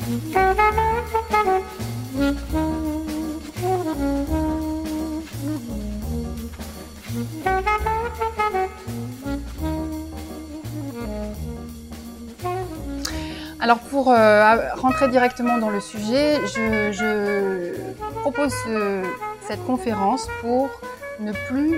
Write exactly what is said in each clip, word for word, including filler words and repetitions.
Alors pour euh, rentrer directement dans le sujet, je, je propose ce, cette conférence pour ne plus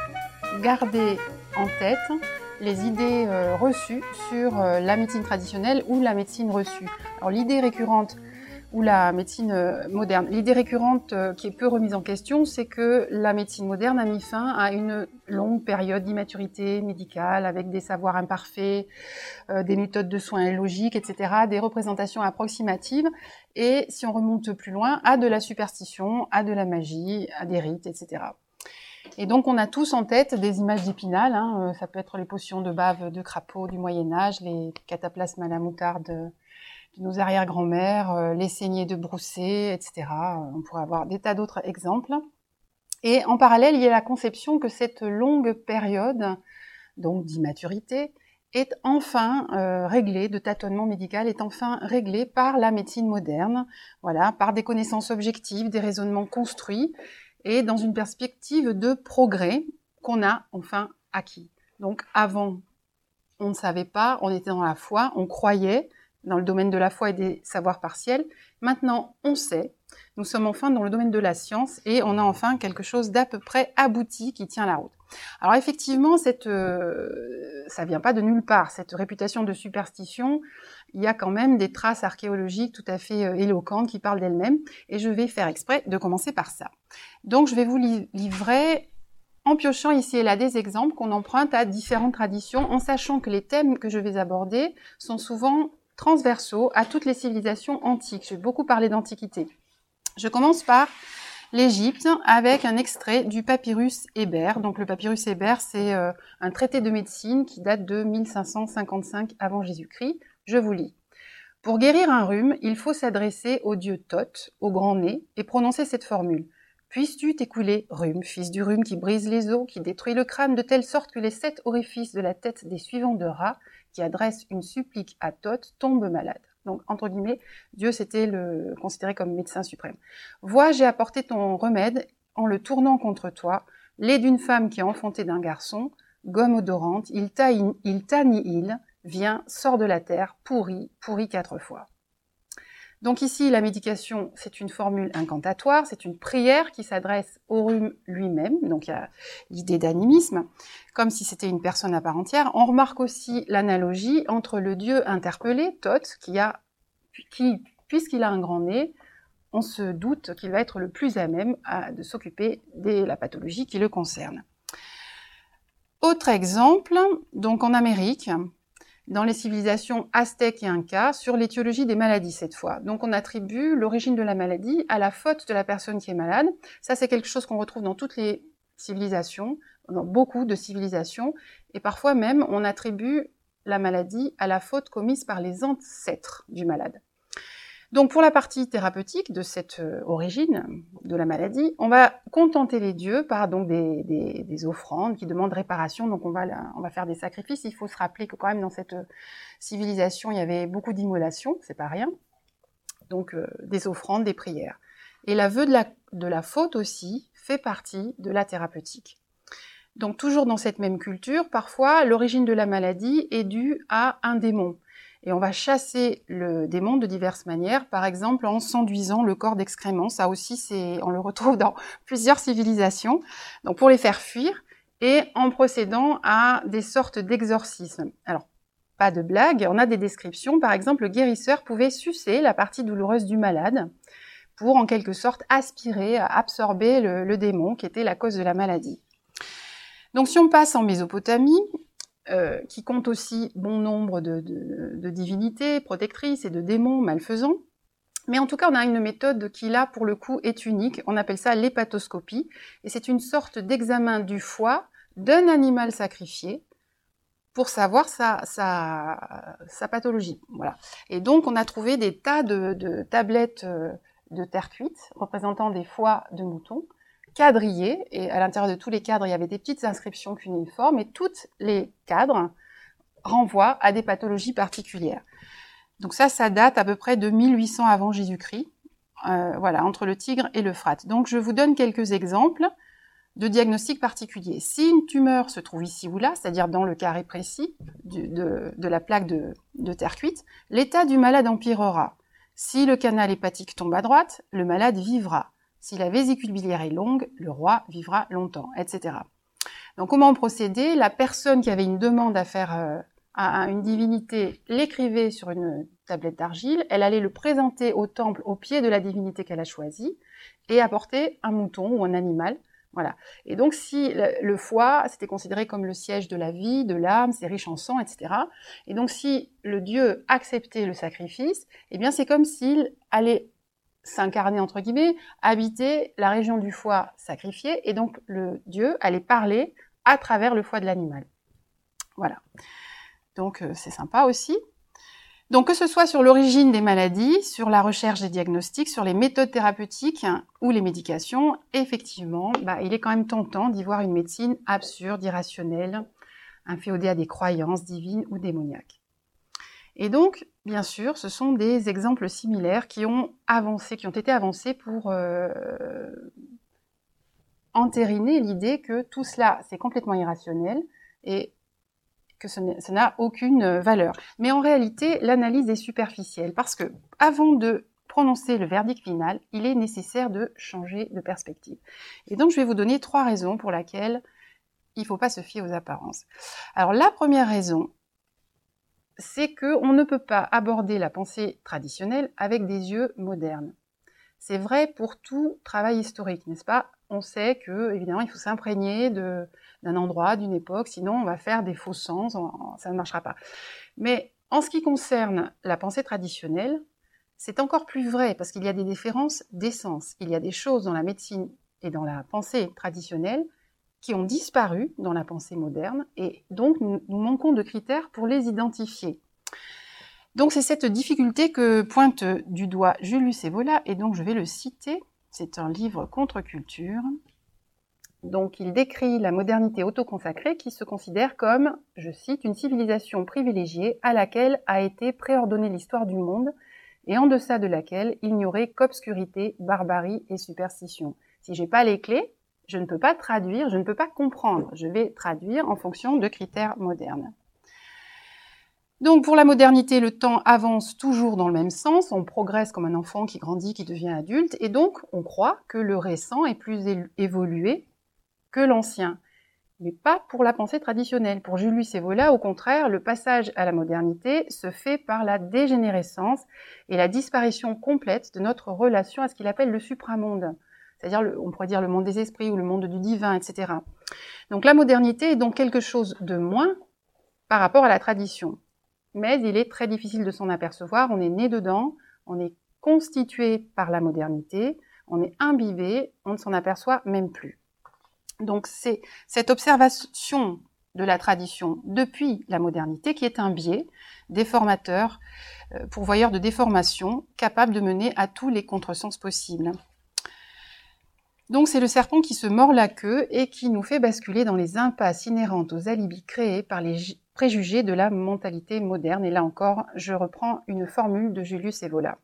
garder en tête les idées euh, reçues sur euh, la médecine traditionnelle ou la médecine reçue. Alors l'idée récurrente ou la médecine euh, moderne, l'idée récurrente euh, qui est peu remise en question, c'est que la médecine moderne a mis fin à une longue période d'immaturité médicale avec des savoirs imparfaits, euh, des méthodes de soins illogiques, et cetera, des représentations approximatives et, si on remonte plus loin, à de la superstition, à de la magie, à des rites, et cetera. Et donc, on a tous en tête des images d'Épinal, hein, ça peut être les potions de bave de crapaud du Moyen-Âge, les cataplasmes à la moutarde de, de nos arrière-grand-mères, euh, les saignées de Broussais, et cetera. On pourrait avoir des tas d'autres exemples. Et en parallèle, il y a la conception que cette longue période, donc d'immaturité, est enfin euh, réglée, de tâtonnement médical, est enfin réglée par la médecine moderne, voilà, par des connaissances objectives, des raisonnements construits, et dans une perspective de progrès qu'on a enfin acquis. Donc avant, on ne savait pas, on était dans la foi, on croyait dans le domaine de la foi et des savoirs partiels. Maintenant, on sait, nous sommes enfin dans le domaine de la science et on a enfin quelque chose d'à peu près abouti qui tient la route. Alors effectivement, cette, euh, ça vient pas de nulle part, cette réputation de superstition. Il y a quand même des traces archéologiques tout à fait euh, éloquentes qui parlent d'elles-mêmes, et je vais faire exprès de commencer par ça. Donc je vais vous li- livrer, en piochant ici et là des exemples qu'on emprunte à différentes traditions, en sachant que les thèmes que je vais aborder sont souvent transversaux à toutes les civilisations antiques. Je vais beaucoup parler d'Antiquité. Je commence par l'Égypte avec un extrait du papyrus Hébert. Donc le papyrus Hébert, c'est euh, un traité de médecine qui date de mille cinq cent cinquante-cinq avant Jésus-Christ. Je vous lis. Pour guérir un rhume, il faut s'adresser au dieu Thoth, au grand nez, et prononcer cette formule. Puisses-tu t'écouler, rhume, fils du rhume qui brise les os, qui détruit le crâne de telle sorte que les sept orifices de la tête des suivants de rats, qui adressent une supplique à Thoth, tombent malades. Donc, entre guillemets, Dieu s'était le, considéré comme médecin suprême. Vois, j'ai apporté ton remède en le tournant contre toi, lait d'une femme qui a enfanté d'un garçon, gomme odorante, il t'annihile, viens, sors de la terre, pourri, pourri quatre fois. Donc ici, la médication, c'est une formule incantatoire, c'est une prière qui s'adresse au rhume lui-même, donc il y a l'idée d'animisme, comme si c'était une personne à part entière. On remarque aussi l'analogie entre le dieu interpellé, Thoth, qui a, qui, puisqu'il a un grand nez, on se doute qu'il va être le plus à même à, de s'occuper de la pathologie qui le concerne. Autre exemple, donc en Amérique, dans les civilisations aztèques et incas, sur l'étiologie des maladies cette fois. Donc on attribue l'origine de la maladie à la faute de la personne qui est malade. Ça, c'est quelque chose qu'on retrouve dans toutes les civilisations, dans beaucoup de civilisations, et parfois même on attribue la maladie à la faute commise par les ancêtres du malade. Donc pour la partie thérapeutique de cette origine de la maladie, on va contenter les dieux par donc des, des, des offrandes qui demandent réparation, donc on va, on va faire des sacrifices. Il faut se rappeler que quand même dans cette civilisation, il y avait beaucoup d'immolations, c'est pas rien, donc euh, des offrandes, des prières. Et l'aveu de la, de la faute aussi fait partie de la thérapeutique. Donc toujours dans cette même culture, parfois l'origine de la maladie est due à un démon. Et on va chasser le démon de diverses manières, par exemple en s'enduisant le corps d'excréments. Ça aussi, c'est, on le retrouve dans plusieurs civilisations. Donc pour les faire fuir, et en procédant à des sortes d'exorcismes. Alors, pas de blague, on a des descriptions. Par exemple, le guérisseur pouvait sucer la partie douloureuse du malade pour en quelque sorte aspirer, absorber le, le démon qui était la cause de la maladie. Donc si on passe en Mésopotamie, Euh, qui compte aussi bon nombre de, de, de divinités protectrices et de démons malfaisants. Mais en tout cas, on a une méthode qui, là, pour le coup, est unique. On appelle ça l'hépatoscopie. Et c'est une sorte d'examen du foie d'un animal sacrifié pour savoir sa, sa, sa pathologie. Voilà. Et donc, on a trouvé des tas de, de tablettes de terre cuite représentant des foies de moutons, quadrillés, et à l'intérieur de tous les cadres, il y avait des petites inscriptions cunéiformes, et tous les cadres renvoient à des pathologies particulières. Donc ça, ça date à peu près de mille huit cents avant Jésus-Christ, euh, voilà, entre le Tigre et l'Euphrate. Donc je vous donne quelques exemples de diagnostics particuliers. Si une tumeur se trouve ici ou là, c'est-à-dire dans le carré précis du, de, de la plaque de, de terre cuite, l'état du malade empirera. Si le canal hépatique tombe à droite, le malade vivra. Si la vésicule biliaire est longue, le roi vivra longtemps, et cetera. Donc comment procéder? La personne qui avait une demande à faire euh, à une divinité l'écrivait sur une tablette d'argile, elle allait le présenter au temple au pied de la divinité qu'elle a choisie et apporter un mouton ou un animal. Voilà. Et donc, si le foie, c'était considéré comme le siège de la vie, de l'âme, c'est riche en sang, et cetera. Et donc, si le dieu acceptait le sacrifice, eh bien, c'est comme s'il allait s'incarner, entre guillemets, habiter la région du foie sacrifié, et donc le dieu allait parler à travers le foie de l'animal. Voilà. Donc, euh, c'est sympa aussi. Donc, que ce soit sur l'origine des maladies, sur la recherche des diagnostics, sur les méthodes thérapeutiques hein, ou les médications, effectivement, bah, il est quand même tentant d'y voir une médecine absurde, irrationnelle, inféodée à des croyances divines ou démoniaques. Et donc, bien sûr, ce sont des exemples similaires qui ont avancé, qui ont été avancés pour euh, entériner l'idée que tout cela, c'est complètement irrationnel et que ça n'a aucune valeur. Mais en réalité, l'analyse est superficielle parce que, avant de prononcer le verdict final, il est nécessaire de changer de perspective. Et donc, je vais vous donner trois raisons pour lesquelles il ne faut pas se fier aux apparences. Alors, la première raison, c'est qu'on ne peut pas aborder la pensée traditionnelle avec des yeux modernes. C'est vrai pour tout travail historique, n'est-ce pas? On sait que, évidemment, il faut s'imprégner de, d'un endroit, d'une époque, sinon on va faire des faux sens, ça ne marchera pas. Mais en ce qui concerne la pensée traditionnelle, c'est encore plus vrai, parce qu'il y a des différences d'essence. Il y a des choses dans la médecine et dans la pensée traditionnelle qui ont disparu dans la pensée moderne, et donc nous, nous manquons de critères pour les identifier. Donc c'est cette difficulté que pointe du doigt Julius Evola, et donc je vais le citer. C'est un livre contre-culture. Donc il décrit la modernité autoconsacrée qui se considère comme, je cite, une civilisation privilégiée à laquelle a été préordonnée l'histoire du monde et en deçà de laquelle il n'y aurait qu'obscurité, barbarie et superstition. Si j'ai pas les clés, je ne peux pas traduire, je ne peux pas comprendre. Je vais traduire en fonction de critères modernes. Donc pour la modernité, le temps avance toujours dans le même sens, on progresse comme un enfant qui grandit, qui devient adulte, et donc on croit que le récent est plus évolué que l'ancien. Mais pas pour la pensée traditionnelle. Pour Julius Evola, au contraire, le passage à la modernité se fait par la dégénérescence et la disparition complète de notre relation à ce qu'il appelle le supramonde. C'est-à-dire, le, on pourrait dire le monde des esprits ou le monde du divin, et cetera. Donc la modernité est donc quelque chose de moins par rapport à la tradition. Mais il est très difficile de s'en apercevoir, on est né dedans, on est constitué par la modernité, on est imbibé, on ne s'en aperçoit même plus. Donc c'est cette observation de la tradition depuis la modernité qui est un biais déformateur, euh, pourvoyeur de déformation, capable de mener à tous les contresens possibles. Donc c'est le serpent qui se mord la queue et qui nous fait basculer dans les impasses inhérentes aux alibis créés par les préjugés de la mentalité moderne. Et là encore, je reprends une formule de Julius Evola.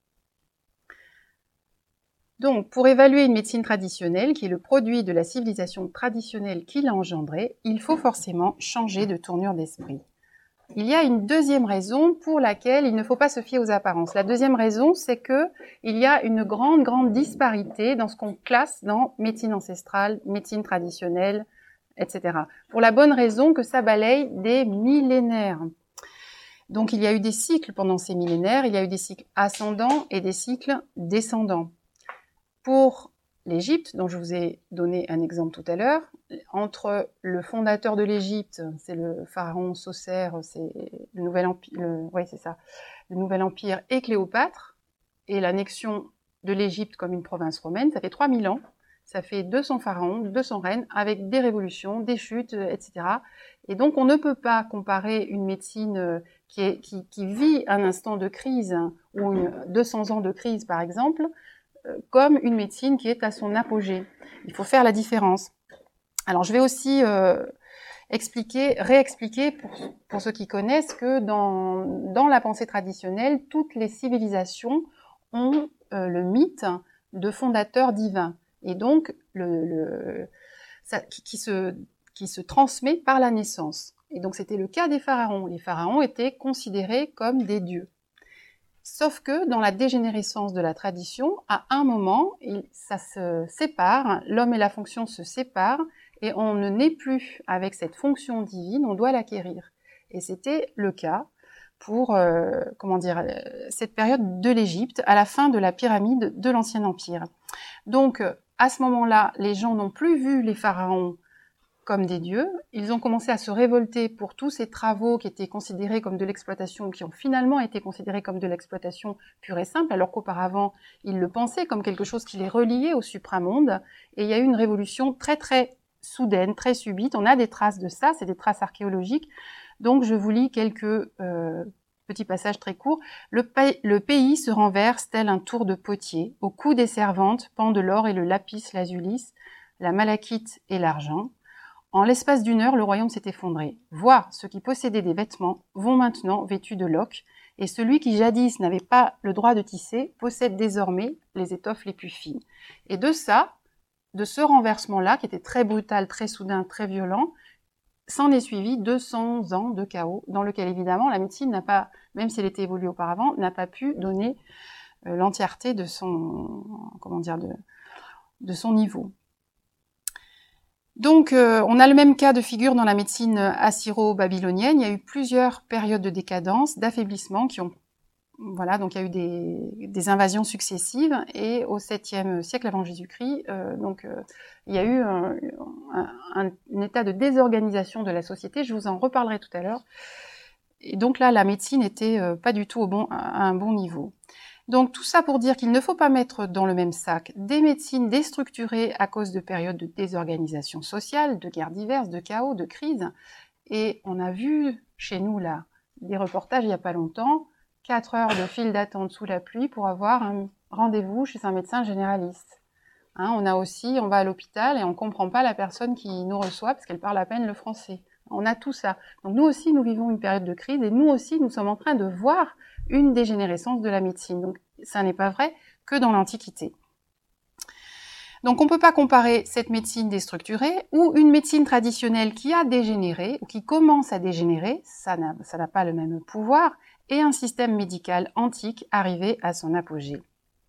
Donc, pour évaluer une médecine traditionnelle, qui est le produit de la civilisation traditionnelle qui l'a engendrée, il faut forcément changer de tournure d'esprit. Il y a une deuxième raison pour laquelle il ne faut pas se fier aux apparences. La deuxième raison, c'est que il y a une grande, grande disparité dans ce qu'on classe dans médecine ancestrale, médecine traditionnelle, et cetera. Pour la bonne raison que ça balaye des millénaires. Donc, il y a eu des cycles pendant ces millénaires, il y a eu des cycles ascendants et des cycles descendants. Pour l'Égypte, dont je vous ai donné un exemple tout à l'heure, entre le fondateur de l'Égypte, c'est le pharaon Sosère, c'est le nouvel empire, le, ouais, c'est ça, le nouvel empire, et Cléopâtre, et l'annexion de l'Égypte comme une province romaine, ça fait trois mille ans, ça fait deux cents pharaons, deux cents reines, avec des révolutions, des chutes, et cetera. Et donc on ne peut pas comparer une médecine qui, est, qui, qui vit un instant de crise, ou une, deux cents ans de crise par exemple, comme une médecine qui est à son apogée. Il faut faire la différence. Alors, je vais aussi euh, expliquer, réexpliquer pour, pour ceux qui connaissent que dans, dans la pensée traditionnelle, toutes les civilisations ont euh, le mythe de fondateur divin et donc le, le, ça, qui, qui, se, qui se transmet par la naissance. Et donc c'était le cas des pharaons. Les pharaons étaient considérés comme des dieux. Sauf que dans la dégénérescence de la tradition, à un moment, il, ça se sépare, l'homme et la fonction se séparent, et on ne naît plus avec cette fonction divine, on doit l'acquérir. Et c'était le cas pour, euh, comment dire, cette période de l'Égypte, à la fin de la pyramide de l'Ancien Empire. Donc, à ce moment-là, les gens n'ont plus vu les pharaons comme des dieux. Ils ont commencé à se révolter pour tous ces travaux qui étaient considérés comme de l'exploitation, qui ont finalement été considérés comme de l'exploitation pure et simple, alors qu'auparavant, ils le pensaient comme quelque chose qui les reliait au supramonde. Et il y a eu une révolution très très soudaine, très subite. On a des traces de ça, c'est des traces archéologiques. Donc je vous lis quelques euh, petits passages très courts. Le, pa le pays se renverse tel un tour de potier. Au cou des servantes pendent l'or et le lapis lazulis, la malachite et l'argent. En l'espace d'une heure, le royaume s'est effondré. Vois, ceux qui possédaient des vêtements vont maintenant vêtus de loques, et celui qui jadis n'avait pas le droit de tisser possède désormais les étoffes les plus fines. Et de ça, de ce renversement-là, qui était très brutal, très soudain, très violent, s'en est suivi deux cents ans de chaos, dans lequel évidemment la médecine n'a pas, même si elle était évoluée auparavant, n'a pas pu donner euh, l'entièreté de son, comment dire, de, de son niveau. Donc, euh, on a le même cas de figure dans la médecine assyro-babylonienne. Il y a eu plusieurs périodes de décadence, d'affaiblissement qui ont, voilà, donc il y a eu des, des invasions successives. Et au septième siècle avant Jésus-Christ, euh, donc euh, il y a eu un, un, un, un état de désorganisation de la société. Je vous en reparlerai tout à l'heure. Et donc là, la médecine était euh, pas du tout au bon, à un bon niveau. Donc tout ça pour dire qu'il ne faut pas mettre dans le même sac des médecines déstructurées à cause de périodes de désorganisation sociale, de guerres diverses, de chaos, de crises. Et on a vu chez nous là des reportages il n'y a pas longtemps, quatre heures de file d'attente sous la pluie pour avoir un rendez-vous chez un médecin généraliste. Hein, on a aussi, on va à l'hôpital et on ne comprend pas la personne qui nous reçoit parce qu'elle parle à peine le français. On a tout ça. Donc nous aussi, nous vivons une période de crise et nous aussi, nous sommes en train de voir une dégénérescence de la médecine. Donc ça n'est pas vrai que dans l'Antiquité. Donc on ne peut pas comparer cette médecine déstructurée ou une médecine traditionnelle qui a dégénéré ou qui commence à dégénérer, ça n'a, ça n'a pas le même pouvoir, et un système médical antique arrivé à son apogée.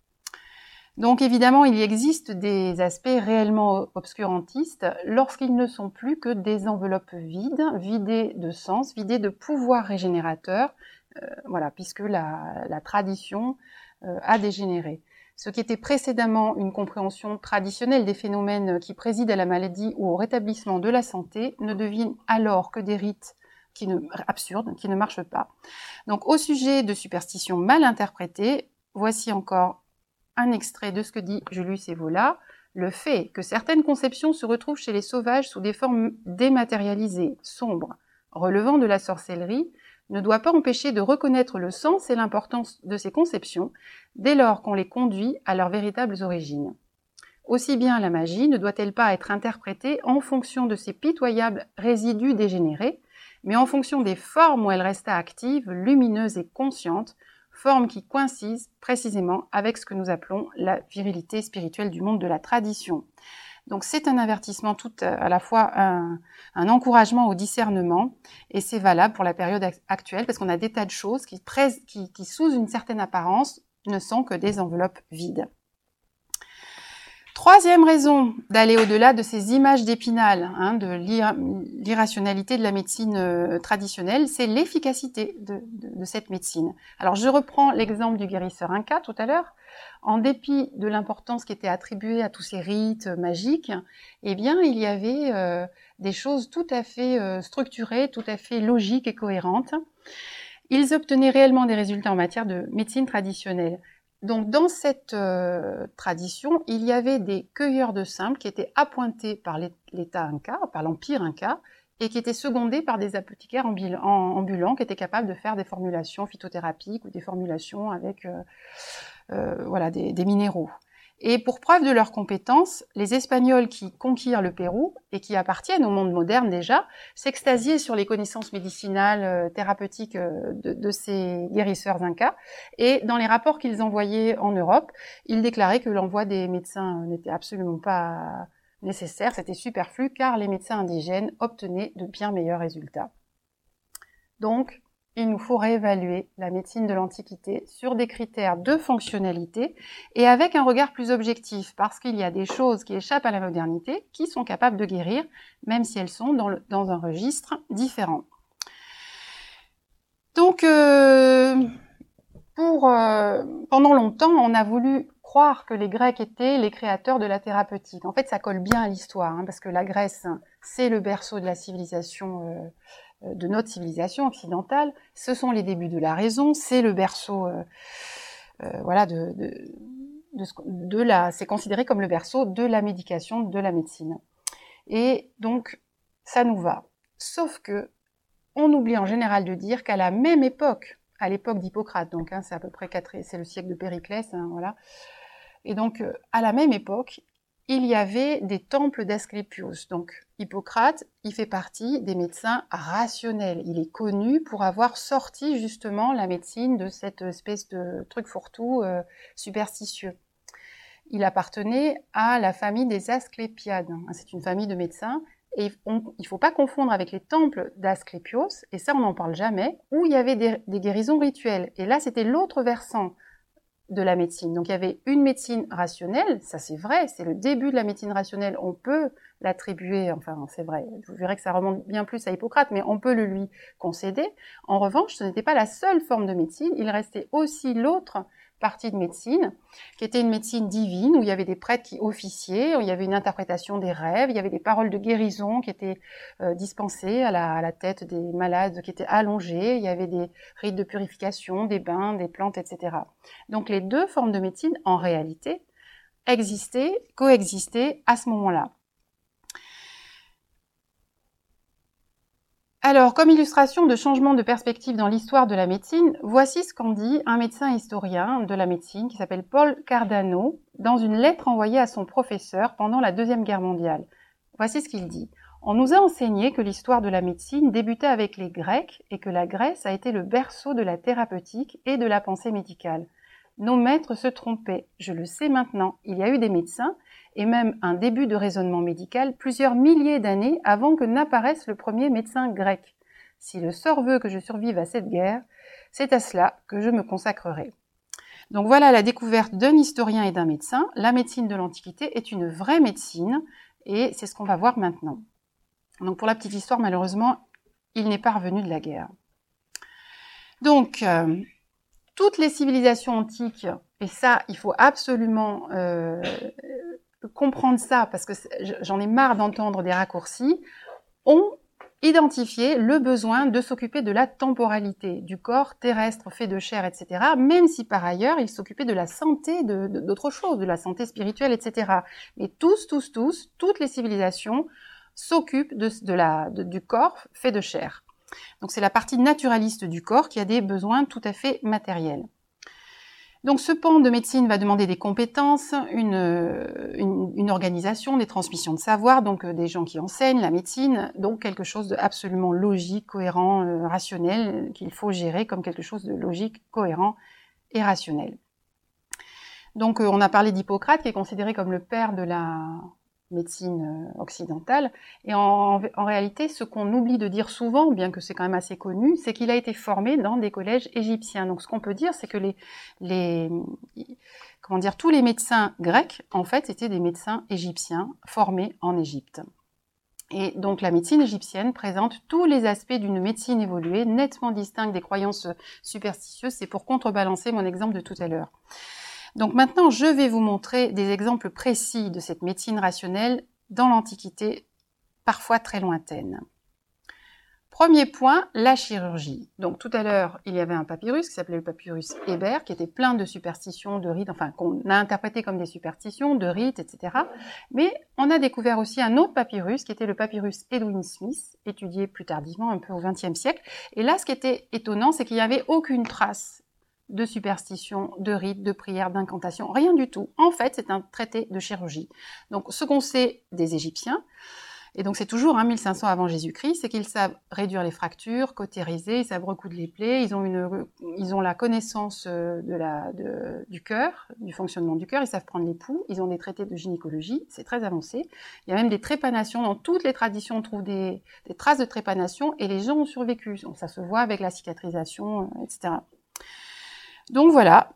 Donc évidemment, il y existe des aspects réellement obscurantistes lorsqu'ils ne sont plus que des enveloppes vides, vidées de sens, vidées de pouvoir régénérateur, euh, voilà, puisque la, la tradition euh, a dégénéré. Ce qui était précédemment une compréhension traditionnelle des phénomènes qui président à la maladie ou au rétablissement de la santé ne devient alors que des rites qui ne, absurdes, qui ne marchent pas. Donc au sujet de superstitions mal interprétées, voici encore un extrait de ce que dit Julius Evola. Le fait que certaines conceptions se retrouvent chez les sauvages sous des formes dématérialisées, sombres, relevant de la sorcellerie, ne doit pas empêcher de reconnaître le sens et l'importance de ces conceptions dès lors qu'on les conduit à leurs véritables origines. Aussi bien la magie ne doit-elle pas être interprétée en fonction de ces pitoyables résidus dégénérés, mais en fonction des formes où elle resta active, lumineuse et consciente, forme qui coïncide précisément avec ce que nous appelons la virilité spirituelle du monde de la tradition. Donc c'est un avertissement tout à la fois un, un encouragement au discernement, et c'est valable pour la période actuelle parce qu'on a des tas de choses qui, qui, qui sous une certaine apparence ne sont que des enveloppes vides. Troisième raison d'aller au-delà de ces images d'Épinal, hein, de l'irrationalité de la médecine euh, traditionnelle, c'est l'efficacité de, de, de cette médecine. Alors je reprends l'exemple du guérisseur Inca tout à l'heure. En dépit de l'importance qui était attribuée à tous ces rites magiques, eh bien il y avait euh, des choses tout à fait euh, structurées, tout à fait logiques et cohérentes. Ils obtenaient réellement des résultats en matière de médecine traditionnelle. Donc dans cette euh, tradition, il y avait des cueilleurs de simples qui étaient appointés par l'État Inca, par l'Empire Inca, et qui étaient secondés par des apothicaires ambulants qui étaient capables de faire des formulations phytothérapiques ou des formulations avec euh, euh, voilà, des, des minéraux. Et pour preuve de leurs compétences, les Espagnols qui conquirent le Pérou et qui appartiennent au monde moderne déjà, s'extasiaient sur les connaissances médicinales, euh, thérapeutiques euh, de, de ces guérisseurs incas. Et dans les rapports qu'ils envoyaient en Europe, ils déclaraient que l'envoi des médecins n'était absolument pas nécessaire, c'était superflu, car les médecins indigènes obtenaient de bien meilleurs résultats. Donc, il nous faut réévaluer la médecine de l'Antiquité sur des critères de fonctionnalité et avec un regard plus objectif, parce qu'il y a des choses qui échappent à la modernité qui sont capables de guérir, même si elles sont dans, le, dans un registre différent. Donc, euh, pour, euh, pendant longtemps, on a voulu croire que les Grecs étaient les créateurs de la thérapeutique. En fait, ça colle bien à l'histoire, hein, parce que la Grèce, c'est le berceau de la civilisation euh, de notre civilisation occidentale, ce sont les débuts de la raison, c'est le berceau, euh, euh, voilà, de, de, de, de la, c'est considéré comme le berceau de la médication, de la médecine. Et donc, ça nous va. Sauf que, on oublie en général de dire qu'à la même époque, à l'époque d'Hippocrate, donc hein, c'est à peu près quatre, c'est le siècle de Périclès, hein, voilà. Et donc, euh, à la même époque, il y avait des temples d'Asclépios. Donc, Hippocrate, il fait partie des médecins rationnels. Il est connu pour avoir sorti justement la médecine de cette espèce de truc fourre-tout euh, superstitieux. Il appartenait à la famille des Asclépiades. C'est une famille de médecins. Et on, il ne faut pas confondre avec les temples d'Asclépios, et ça on n'en parle jamais, où il y avait des, des guérisons rituelles. Et là, c'était l'autre versant de la médecine. Donc il y avait une médecine rationnelle, ça c'est vrai, c'est le début de la médecine rationnelle, on peut l'attribuer, enfin c'est vrai, vous verrez que ça remonte bien plus à Hippocrate, mais on peut le lui concéder. En revanche, ce n'était pas la seule forme de médecine, il restait aussi l'autre partie de médecine, qui était une médecine divine, où il y avait des prêtres qui officiaient, où il y avait une interprétation des rêves, il y avait des paroles de guérison qui étaient euh, dispensées à la, à la tête des malades qui étaient allongés, il y avait des rites de purification, des bains, des plantes, et cetera. Donc les deux formes de médecine, en réalité, existaient, coexistaient à ce moment-là. Alors, comme illustration de changement de perspective dans l'histoire de la médecine, voici ce qu'en dit un médecin historien de la médecine qui s'appelle Paul Cardano dans une lettre envoyée à son professeur pendant la Deuxième Guerre mondiale. Voici ce qu'il dit. « On nous a enseigné que l'histoire de la médecine débutait avec les Grecs et que la Grèce a été le berceau de la thérapeutique et de la pensée médicale. Nos maîtres se trompaient, je le sais maintenant, il y a eu des médecins et même un début de raisonnement médical plusieurs milliers d'années avant que n'apparaisse le premier médecin grec. Si le sort veut que je survive à cette guerre, c'est à cela que je me consacrerai. » Donc voilà la découverte d'un historien et d'un médecin. La médecine de l'Antiquité est une vraie médecine et c'est ce qu'on va voir maintenant. Donc pour la petite histoire, malheureusement, il n'est pas revenu de la guerre. Donc, euh, toutes les civilisations antiques, et ça, il faut absolument euh, comprendre ça, parce que j'en ai marre d'entendre des raccourcis, ont identifié le besoin de s'occuper de la temporalité du corps terrestre fait de chair, et cetera, même si par ailleurs, ils s'occupaient de la santé de, de, d'autres choses, de la santé spirituelle, et cetera. Mais tous, tous, tous, toutes les civilisations s'occupent de, de la, de, du corps fait de chair. Donc c'est la partie naturaliste du corps qui a des besoins tout à fait matériels. Donc ce pan de médecine va demander des compétences, une, une, une organisation, des transmissions de savoir, donc euh, des gens qui enseignent la médecine, donc quelque chose d'absolument logique, cohérent, euh, rationnel, qu'il faut gérer comme quelque chose de logique, cohérent et rationnel. Donc euh, on a parlé d'Hippocrate qui est considéré comme le père de la médecine occidentale, et en, en réalité, ce qu'on oublie de dire souvent, bien que c'est quand même assez connu, c'est qu'il a été formé dans des collèges égyptiens. Donc ce qu'on peut dire, c'est que les, les, comment dire, tous les médecins grecs, en fait, étaient des médecins égyptiens formés en Égypte. Et donc la médecine égyptienne présente tous les aspects d'une médecine évoluée, nettement distincte des croyances superstitieuses. C'est pour contrebalancer mon exemple de tout à l'heure. Donc maintenant, je vais vous montrer des exemples précis de cette médecine rationnelle dans l'Antiquité, parfois très lointaine. Premier point, la chirurgie. Donc tout à l'heure, il y avait un papyrus qui s'appelait le papyrus Hébert, qui était plein de superstitions, de rites, enfin qu'on a interprété comme des superstitions, de rites, et cetera. Mais on a découvert aussi un autre papyrus, qui était le papyrus Edwin Smith, étudié plus tardivement, un peu au vingtième siècle. Et là, ce qui était étonnant, c'est qu'il n'y avait aucune trace de superstition, de rites, de prières, d'incantations, rien du tout. En fait, c'est un traité de chirurgie. Donc, ce qu'on sait des Égyptiens, et donc c'est toujours hein, mille cinq cents avant Jésus-Christ, c'est qu'ils savent réduire les fractures, cautériser, ils savent recoudre les plaies, ils ont, une, ils ont la connaissance de la, de, du cœur, du fonctionnement du cœur, ils savent prendre les pouls, ils ont des traités de gynécologie, c'est très avancé. Il y a même des trépanations, dans toutes les traditions on trouve des, des traces de trépanation et les gens ont survécu. Donc, ça se voit avec la cicatrisation, et cetera. Donc voilà.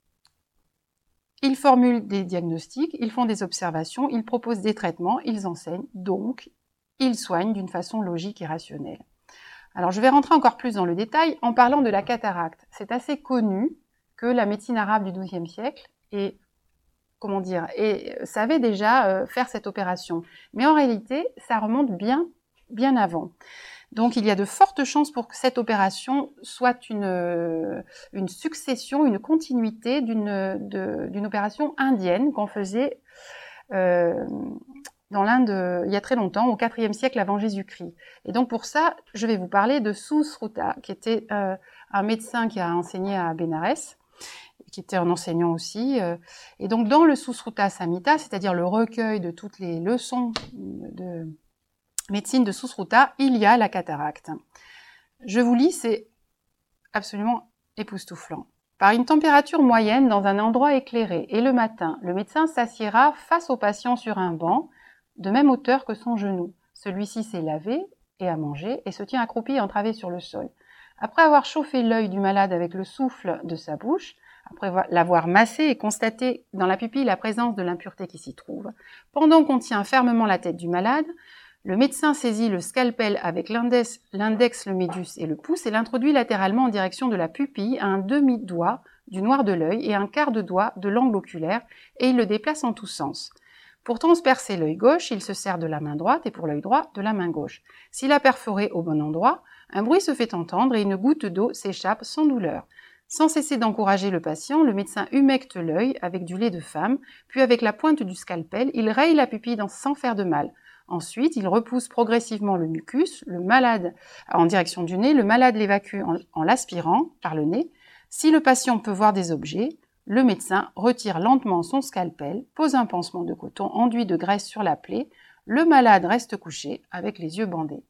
Ils formulent des diagnostics, ils font des observations, ils proposent des traitements, ils enseignent, donc ils soignent d'une façon logique et rationnelle. Alors je vais rentrer encore plus dans le détail en parlant de la cataracte. C'est assez connu que la médecine arabe du douzième siècle et, comment dire, et savait déjà euh, faire cette opération. Mais en réalité, ça remonte bien, bien avant. Donc il y a de fortes chances pour que cette opération soit une, une succession, une continuité d'une, de, d'une opération indienne qu'on faisait euh, dans l'Inde il y a très longtemps, au quatrième siècle avant Jésus-Christ. Et donc pour ça, je vais vous parler de Susruta, qui était euh, un médecin qui a enseigné à Bénarès, qui était un enseignant aussi. Euh, et donc dans le Susruta Samhita, c'est-à-dire le recueil de toutes les leçons de médecine de Susruta, il y a la cataracte. Je vous lis, c'est absolument époustouflant. Par une température moyenne dans un endroit éclairé et le matin, le médecin s'assiera face au patient sur un banc, de même hauteur que son genou. Celui-ci s'est lavé et a mangé et se tient accroupi et entravé sur le sol. Après avoir chauffé l'œil du malade avec le souffle de sa bouche, après l'avoir massé et constaté dans la pupille la présence de l'impureté qui s'y trouve, pendant qu'on tient fermement la tête du malade, le médecin saisit le scalpel avec l'index, l'index, le médius et le pouce et l'introduit latéralement en direction de la pupille à un demi-doigt du noir de l'œil et un quart de doigt de l'angle oculaire et il le déplace en tous sens. Pour transpercer l'œil gauche, il se sert de la main droite et pour l'œil droit, de la main gauche. S'il a perforé au bon endroit, un bruit se fait entendre et une goutte d'eau s'échappe sans douleur. Sans cesser d'encourager le patient, le médecin humecte l'œil avec du lait de femme, puis avec la pointe du scalpel, il raye la pupille sans faire de mal. Ensuite, il repousse progressivement le mucus, le malade en direction du nez, le malade l'évacue en, en l'aspirant par le nez. Si le patient peut voir des objets, le médecin retire lentement son scalpel, pose un pansement de coton enduit de graisse sur la plaie, le malade reste couché avec les yeux bandés.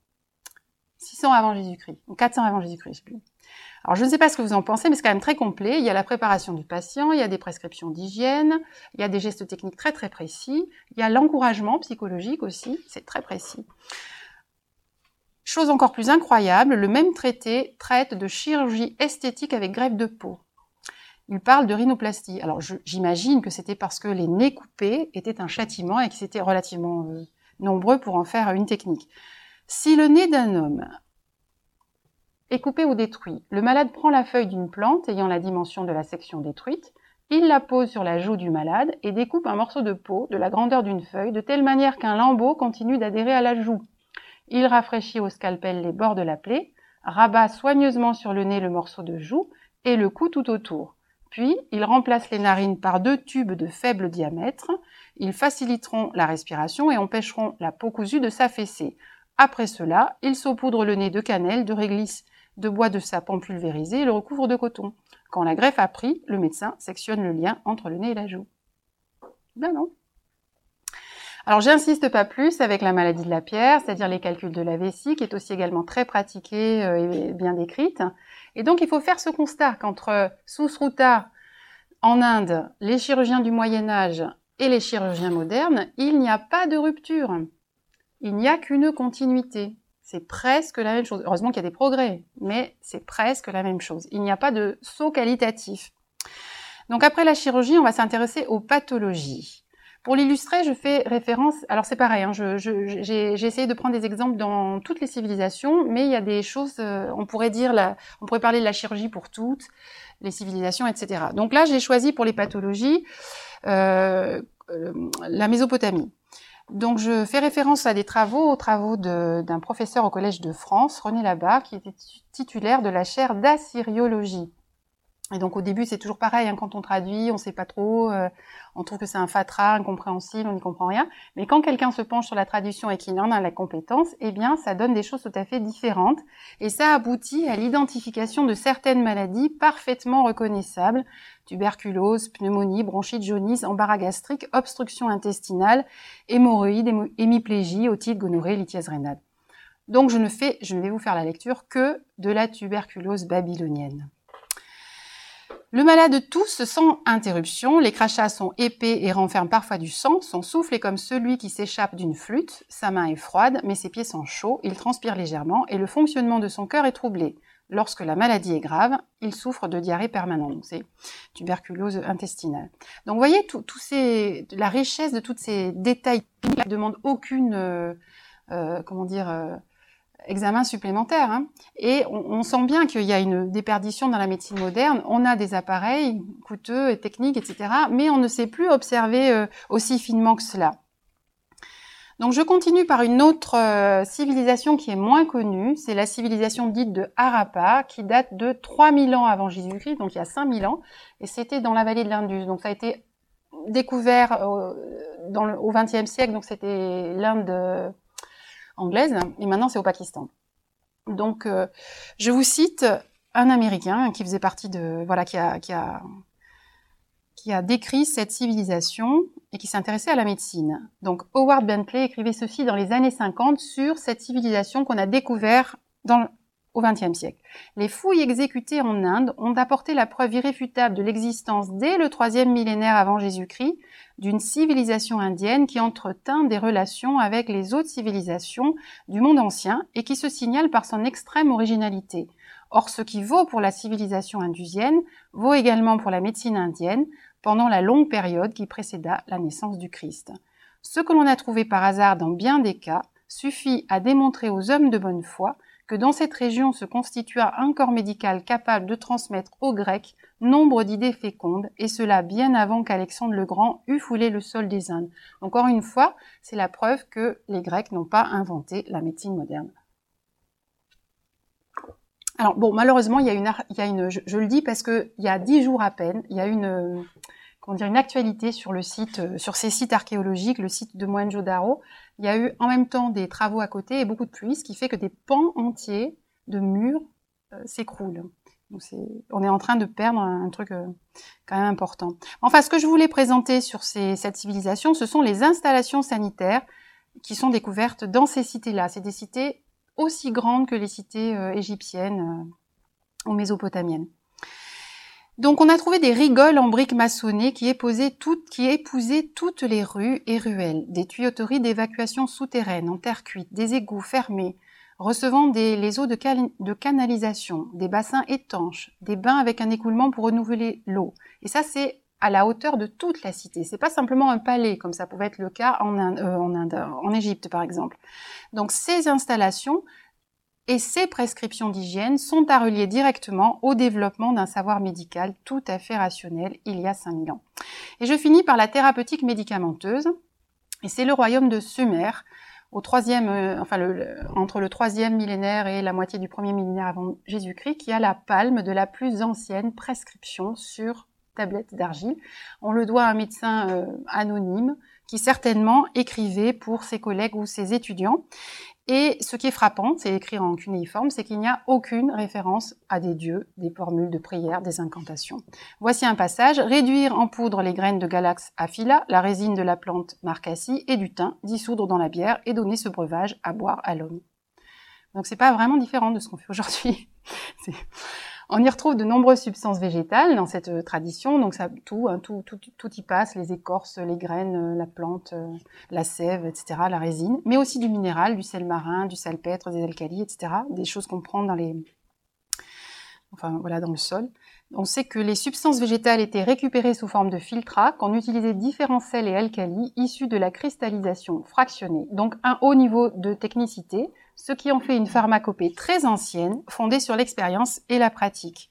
six cents avant Jésus-Christ, ou quatre cents avant Jésus-Christ, je sais plus. Alors, je ne sais pas ce que vous en pensez, mais c'est quand même très complet. Il y a la préparation du patient, il y a des prescriptions d'hygiène, il y a des gestes techniques très très précis, il y a l'encouragement psychologique aussi, c'est très précis. Chose encore plus incroyable, le même traité traite de chirurgie esthétique avec greffe de peau. Il parle de rhinoplastie. Alors, je, j'imagine que c'était parce que les nez coupés étaient un châtiment et qu'ils étaient relativement euh, nombreux pour en faire une technique. Si le nez d'un homme est coupé ou détruit, le malade prend la feuille d'une plante ayant la dimension de la section détruite, il la pose sur la joue du malade et découpe un morceau de peau de la grandeur d'une feuille de telle manière qu'un lambeau continue d'adhérer à la joue. Il rafraîchit au scalpel les bords de la plaie, rabat soigneusement sur le nez le morceau de joue et le coud tout autour. Puis, il remplace les narines par deux tubes de faible diamètre. Ils faciliteront la respiration et empêcheront la peau cousue de s'affaisser. Après cela, il saupoudre le nez de cannelle, de réglisse, de bois de sapin pulvérisé et le recouvre de coton. Quand la greffe a pris, le médecin sectionne le lien entre le nez et la joue. Ben non. Alors, j'insiste pas plus avec la maladie de la pierre, c'est-à-dire les calculs de la vessie, qui est aussi également très pratiquée et bien décrite. Et donc, il faut faire ce constat qu'entre Susruta en Inde, les chirurgiens du Moyen-Âge et les chirurgiens modernes, il n'y a pas de rupture. Il n'y a qu'une continuité. C'est presque la même chose. Heureusement qu'il y a des progrès, mais c'est presque la même chose. Il n'y a pas de saut qualitatif. Donc après la chirurgie, on va s'intéresser aux pathologies. Pour l'illustrer, je fais référence... Alors c'est pareil, hein, je, je, j'ai, j'ai essayé de prendre des exemples dans toutes les civilisations, mais il y a des choses... Euh, on pourrait dire, la, on pourrait parler de la chirurgie pour toutes les civilisations, et cetera. Donc là, j'ai choisi pour les pathologies euh, euh, la Mésopotamie. Donc, je fais référence à des travaux, aux travaux de, d'un professeur au Collège de France, René Labarre, qui était titulaire de la chaire d'assyriologie. Et donc au début c'est toujours pareil, hein, quand on traduit, on sait pas trop, euh, on trouve que c'est un fatras, incompréhensible, on n'y comprend rien. Mais quand quelqu'un se penche sur la traduction et qu'il en a la compétence, eh bien ça donne des choses tout à fait différentes. Et ça aboutit à l'identification de certaines maladies parfaitement reconnaissables: tuberculose, pneumonie, bronchite, jaunisse, embarras gastrique, obstruction intestinale, hémorroïdes, hémo- hémiplégie, otite, gonorrhée, lithiase rénale. Donc je ne fais, je ne vais vous faire la lecture que de la tuberculose babylonienne. Le malade tousse sans interruption, les crachats sont épais et renferment parfois du sang, son souffle est comme celui qui s'échappe d'une flûte, sa main est froide, mais ses pieds sont chauds, il transpire légèrement et le fonctionnement de son cœur est troublé. Lorsque la maladie est grave, il souffre de diarrhée permanente, donc c'est tuberculose intestinale. Donc vous voyez, tout, tout ces, la richesse de tous ces détails ne demande aucune, euh, euh, comment dire, euh, examen supplémentaire, hein. Et on, on sent bien qu'il y a une déperdition dans la médecine moderne. On a des appareils coûteux et techniques, et cetera, mais on ne sait plus observer euh, aussi finement que cela. Donc je continue par une autre euh, civilisation qui est moins connue, c'est la civilisation dite de Harappa, qui date de trois mille ans avant Jésus-Christ, donc il y a cinq mille ans, et c'était dans la vallée de l'Indus. Donc ça a été découvert euh, dans le, au vingtième siècle, donc c'était l'Inde euh, anglaise, et maintenant c'est au Pakistan. Donc, euh, je vous cite un Américain qui faisait partie de, voilà, qui a, qui a, qui a décrit cette civilisation et qui s'intéressait à la médecine. Donc, Howard Bentley écrivait ceci dans les années cinquante sur cette civilisation qu'on a découvert dans, au vingtième siècle. Les fouilles exécutées en Inde ont apporté la preuve irréfutable de l'existence dès le troisième millénaire avant Jésus-Christ d'une civilisation indienne qui entretint des relations avec les autres civilisations du monde ancien et qui se signale par son extrême originalité. Or, ce qui vaut pour la civilisation indusienne vaut également pour la médecine indienne pendant la longue période qui précéda la naissance du Christ. Ce que l'on a trouvé par hasard dans bien des cas suffit à démontrer aux hommes de bonne foi que dans cette région se constitua un corps médical capable de transmettre aux Grecs nombre d'idées fécondes, et cela bien avant qu'Alexandre le Grand eût foulé le sol des Indes. Encore une fois, c'est la preuve que les Grecs n'ont pas inventé la médecine moderne. Alors bon, malheureusement, il y a une, il y a une, je, je le dis parce que il y a dix jours à peine, il y a une, comment dire, une actualité sur le site, sur ces sites archéologiques, le site de Mohenjo-Daro. Il y a eu en même temps des travaux à côté et beaucoup de pluie, ce qui fait que des pans entiers de murs euh, s'écroulent. Donc c'est, on est en train de perdre un, un truc euh, quand même important. Enfin, ce que je voulais présenter sur ces, cette civilisation, ce sont les installations sanitaires qui sont découvertes dans ces cités-là. C'est des cités aussi grandes que les cités euh, égyptiennes euh, ou mésopotamiennes. Donc on a trouvé des rigoles en briques maçonnées qui épousaient toutes, qui épousaient toutes les rues et ruelles, des tuyauteries d'évacuation souterraines en terre cuite, des égouts fermés, recevant des, les eaux de, cal, de canalisation, des bassins étanches, des bains avec un écoulement pour renouveler l'eau. Et ça, c'est à la hauteur de toute la cité. C'est pas simplement un palais, comme ça pouvait être le cas en Inde, euh, en, Inde, en Égypte, par exemple. Donc ces installations et ces prescriptions d'hygiène sont à relier directement au développement d'un savoir médical tout à fait rationnel il y a cinq mille ans. Et je finis par la thérapeutique médicamenteuse, et c'est le royaume de Sumer, au troisième, euh, enfin le, le, entre le troisième millénaire et la moitié du premier millénaire avant Jésus-Christ, qui a la palme de la plus ancienne prescription sur tablette d'argile. On le doit à un médecin euh, anonyme qui certainement écrivait pour ses collègues ou ses étudiants. Et ce qui est frappant, c'est écrit en cunéiforme, c'est qu'il n'y a aucune référence à des dieux, des formules de prière, des incantations. Voici un passage: réduire en poudre les graines de Galax aphylla, la résine de la plante Marcassie et du thym, dissoudre dans la bière et donner ce breuvage à boire à l'homme. Donc c'est pas vraiment différent de ce qu'on fait aujourd'hui. C'est... On y retrouve de nombreuses substances végétales dans cette tradition, donc ça, tout, hein, tout, tout, tout y passe, les écorces, les graines, la plante, la sève, et cetera, la résine, mais aussi du minéral, du sel marin, du salpêtre, des alcalis, et cetera, des choses qu'on prend dans les, enfin voilà, dans le sol. On sait que les substances végétales étaient récupérées sous forme de filtrat, qu'on utilisait différents sels et alcalis issus de la cristallisation fractionnée, donc un haut niveau de technicité, ce qui en fait une pharmacopée très ancienne, fondée sur l'expérience et la pratique.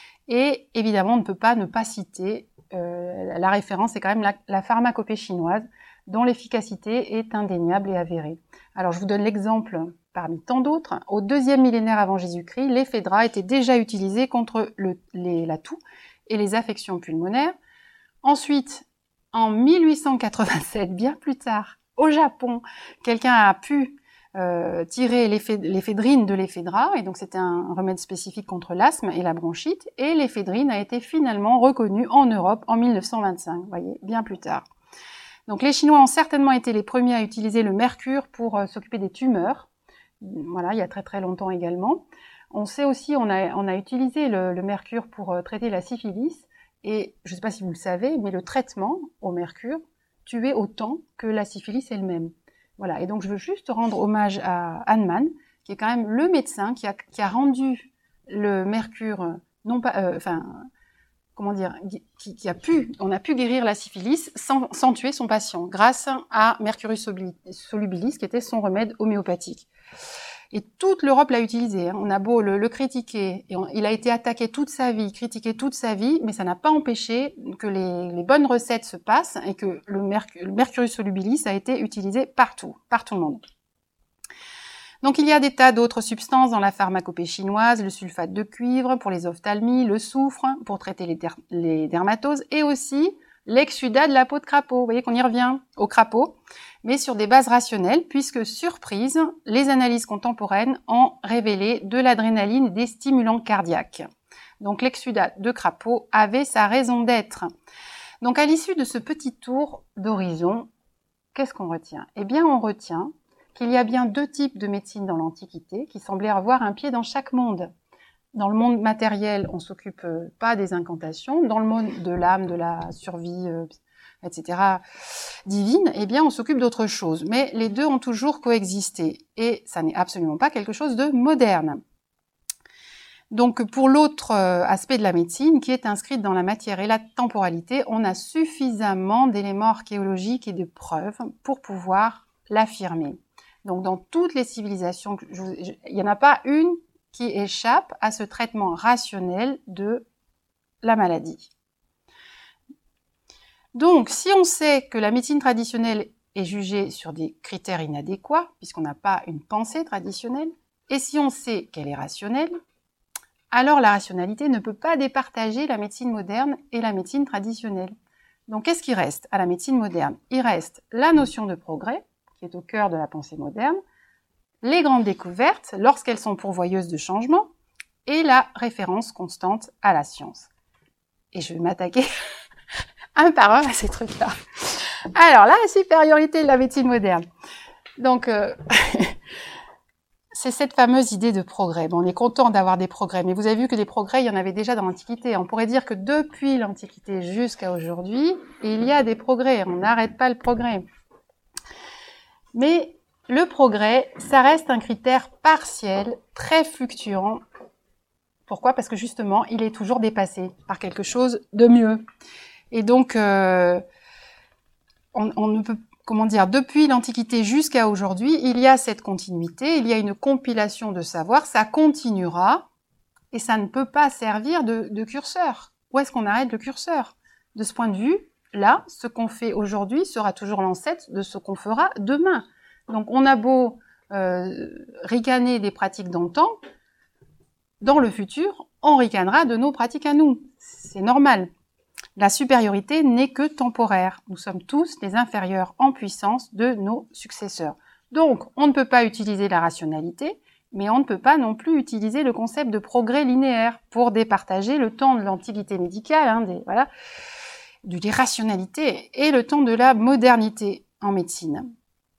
Et évidemment, on ne peut pas ne pas citer, euh, la référence, c'est quand même la, la pharmacopée chinoise, dont l'efficacité est indéniable et avérée. Alors, je vous donne l'exemple parmi tant d'autres, au deuxième millénaire avant Jésus-Christ, l'éphédra était déjà utilisé contre le, les, la toux et les affections pulmonaires. Ensuite, en mille huit cent quatre-vingt-sept, bien plus tard, au Japon, quelqu'un a pu euh, tirer l'éphédrine de l'éphédra, et donc c'était un remède spécifique contre l'asthme et la bronchite, et l'éphédrine a été finalement reconnue en Europe en mille neuf cent vingt-cinq, vous voyez, bien plus tard. Donc les Chinois ont certainement été les premiers à utiliser le mercure pour euh, s'occuper des tumeurs, voilà, il y a très très longtemps également. On sait aussi, on a, on a utilisé le, le mercure pour euh, traiter la syphilis, et je ne sais pas si vous le savez, mais le traitement au mercure tuait autant que la syphilis elle-même. Voilà, et donc je veux juste rendre hommage à Hahnemann, qui est quand même le médecin qui a, qui a rendu le mercure, non pas, euh, enfin, comment dire, qui, qui a pu, on a pu guérir la syphilis sans, sans tuer son patient, grâce à Mercurus solubilis, qui était son remède homéopathique. Et toute l'Europe l'a utilisé. Hein. On a beau le, le critiquer, et on, il a été attaqué toute sa vie, critiqué toute sa vie, mais ça n'a pas empêché que les, les bonnes recettes se passent et que le, merc- le Mercurus solubilis a été utilisé partout, par tout le monde. Donc il y a des tas d'autres substances dans la pharmacopée chinoise, le sulfate de cuivre pour les ophtalmies, le soufre pour traiter les, der- les dermatoses, et aussi l'exsudat de la peau de crapaud. Vous voyez qu'on y revient au crapaud, mais sur des bases rationnelles, puisque, surprise, les analyses contemporaines ont révélé de l'adrénaline et des stimulants cardiaques. Donc l'exsudat de crapaud avait sa raison d'être. Donc à l'issue de ce petit tour d'horizon, qu'est-ce qu'on retient? Eh bien on retient qu'il y a bien deux types de médecine dans l'Antiquité qui semblaient avoir un pied dans chaque monde. Dans le monde matériel, on s'occupe pas des incantations. Dans le monde de l'âme, de la survie, euh, et cetera, divine, eh bien, on s'occupe d'autre chose. Mais les deux ont toujours coexisté. Et ça n'est absolument pas quelque chose de moderne. Donc, pour l'autre aspect de la médecine, qui est inscrite dans la matière et la temporalité, on a suffisamment d'éléments archéologiques et de preuves pour pouvoir l'affirmer. Donc, dans toutes les civilisations, je, je, il n'y en a pas une qui échappe à ce traitement rationnel de la maladie. Donc, si on sait que la médecine traditionnelle est jugée sur des critères inadéquats, puisqu'on n'a pas une pensée traditionnelle, et si on sait qu'elle est rationnelle, alors la rationalité ne peut pas départager la médecine moderne et la médecine traditionnelle. Donc, qu'est-ce qui reste à la médecine moderne? Il reste la notion de progrès, qui est au cœur de la pensée moderne, les grandes découvertes, lorsqu'elles sont pourvoyeuses de changement, et la référence constante à la science. Et je vais m'attaquer un par un à ces trucs-là. Alors, la supériorité de la médecine moderne. Donc, euh, c'est cette fameuse idée de progrès. Bon, on est content d'avoir des progrès, mais vous avez vu que des progrès, il y en avait déjà dans l'Antiquité. On pourrait dire que depuis l'Antiquité jusqu'à aujourd'hui, il y a des progrès. On n'arrête pas le progrès. Mais le progrès, ça reste un critère partiel, très fluctuant. Pourquoi? Parce que justement, il est toujours dépassé par quelque chose de mieux. Et donc, euh, on, on ne peut, comment dire, depuis l'Antiquité jusqu'à aujourd'hui, il y a cette continuité, il y a une compilation de savoir, ça continuera, et ça ne peut pas servir de, de curseur. Où est-ce qu'on arrête le curseur? De ce point de vue, là, ce qu'on fait aujourd'hui sera toujours l'ancêtre de ce qu'on fera demain. Donc, on a beau euh, ricaner des pratiques d'antan, dans le futur, on ricanera de nos pratiques à nous. C'est normal. La supériorité n'est que temporaire. Nous sommes tous les inférieurs en puissance de nos successeurs. Donc, on ne peut pas utiliser la rationalité, mais on ne peut pas non plus utiliser le concept de progrès linéaire pour départager le temps de l'antiquité médicale, hein, des, voilà, de l'irrationalité, et le temps de la modernité en médecine.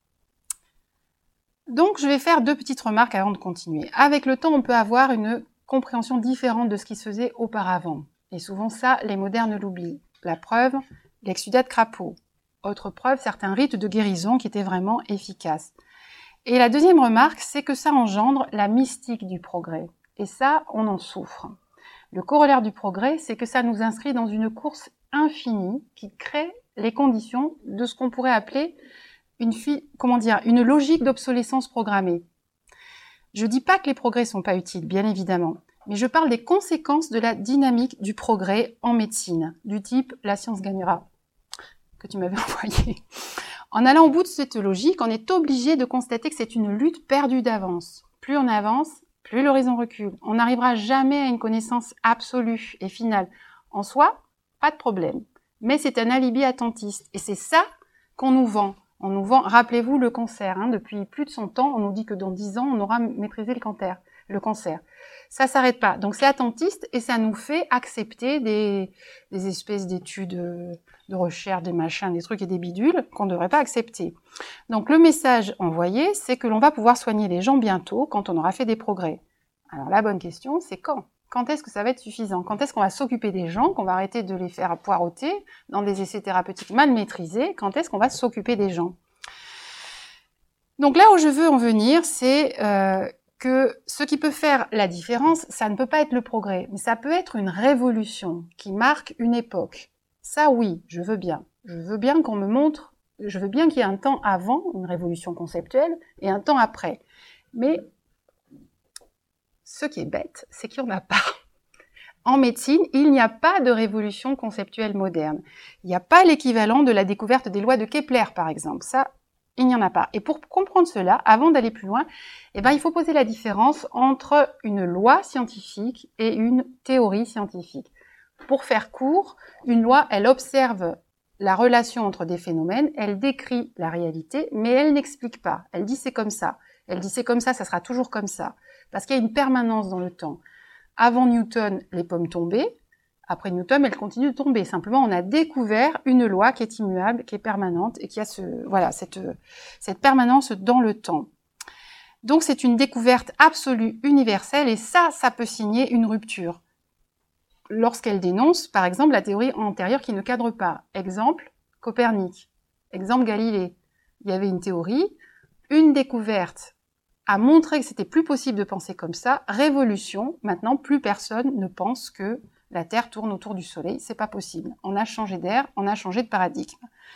Donc, je vais faire deux petites remarques avant de continuer. Avec le temps, on peut avoir une compréhension différente de ce qui se faisait auparavant. Et souvent ça, les modernes l'oublient. La preuve, l'exsudat de crapaud. Autre preuve, certains rites de guérison qui étaient vraiment efficaces. Et la deuxième remarque, c'est que ça engendre la mystique du progrès. Et ça, on en souffre. Le corollaire du progrès, c'est que ça nous inscrit dans une course infinie qui crée les conditions de ce qu'on pourrait appeler une, fi- comment dire, une logique d'obsolescence programmée. Je dis pas que les progrès sont pas utiles, bien évidemment, mais je parle des conséquences de la dynamique du progrès en médecine, du type « la science gagnera », que tu m'avais envoyé. En allant au bout de cette logique, on est obligé de constater que c'est une lutte perdue d'avance. Plus on avance, plus l'horizon recule. On n'arrivera jamais à une connaissance absolue et finale. En soi, pas de problème. Mais c'est un alibi attentiste. Et c'est ça qu'on nous vend. On nous vend, rappelez-vous le cancer, hein, depuis plus de cent ans, on nous dit que dans dix ans, on aura maîtrisé le cancer. Le cancer. Ça s'arrête pas. Donc c'est attentiste et ça nous fait accepter des, des espèces d'études de recherche, des machins, des trucs et des bidules qu'on ne devrait pas accepter. Donc le message envoyé, c'est que l'on va pouvoir soigner les gens bientôt quand on aura fait des progrès. Alors la bonne question, c'est quand ? Quand est-ce que ça va être suffisant ? Quand est-ce qu'on va s'occuper des gens, qu'on va arrêter de les faire poireauter dans des essais thérapeutiques mal maîtrisés ? Quand est-ce qu'on va s'occuper des gens ? Donc là où je veux en venir, c'est euh, que ce qui peut faire la différence, ça ne peut pas être le progrès, mais ça peut être une révolution qui marque une époque. Ça oui, je veux bien. Je veux bien qu'on me montre, je veux bien qu'il y ait un temps avant, une révolution conceptuelle, et un temps après. Mais ce qui est bête, c'est qu'il n'y en a pas. En médecine, il n'y a pas de révolution conceptuelle moderne. Il n'y a pas l'équivalent de la découverte des lois de Kepler, par exemple. Ça, il n'y en a pas. Et pour comprendre cela, avant d'aller plus loin, eh ben, il faut poser la différence entre une loi scientifique et une théorie scientifique. Pour faire court, une loi, elle observe la relation entre des phénomènes, elle décrit la réalité, mais elle n'explique pas. Elle dit c'est comme ça. Elle dit c'est comme ça, ça sera toujours comme ça. Parce qu'il y a une permanence dans le temps. Avant Newton, les pommes tombaient. Après Newton, elles continuent de tomber. Simplement, on a découvert une loi qui est immuable, qui est permanente et qui a ce, voilà, cette, cette permanence dans le temps. Donc, c'est une découverte absolue, universelle, et ça, ça peut signer une rupture. Lorsqu'elle dénonce, par exemple, la théorie antérieure qui ne cadre pas. Exemple, Copernic. Exemple, Galilée. Il y avait une théorie, une découverte a montré que c'était plus possible de penser comme ça. Révolution, maintenant, plus personne ne pense que la Terre tourne autour du Soleil. C'est pas possible. On a changé d'air, on a changé de paradigme.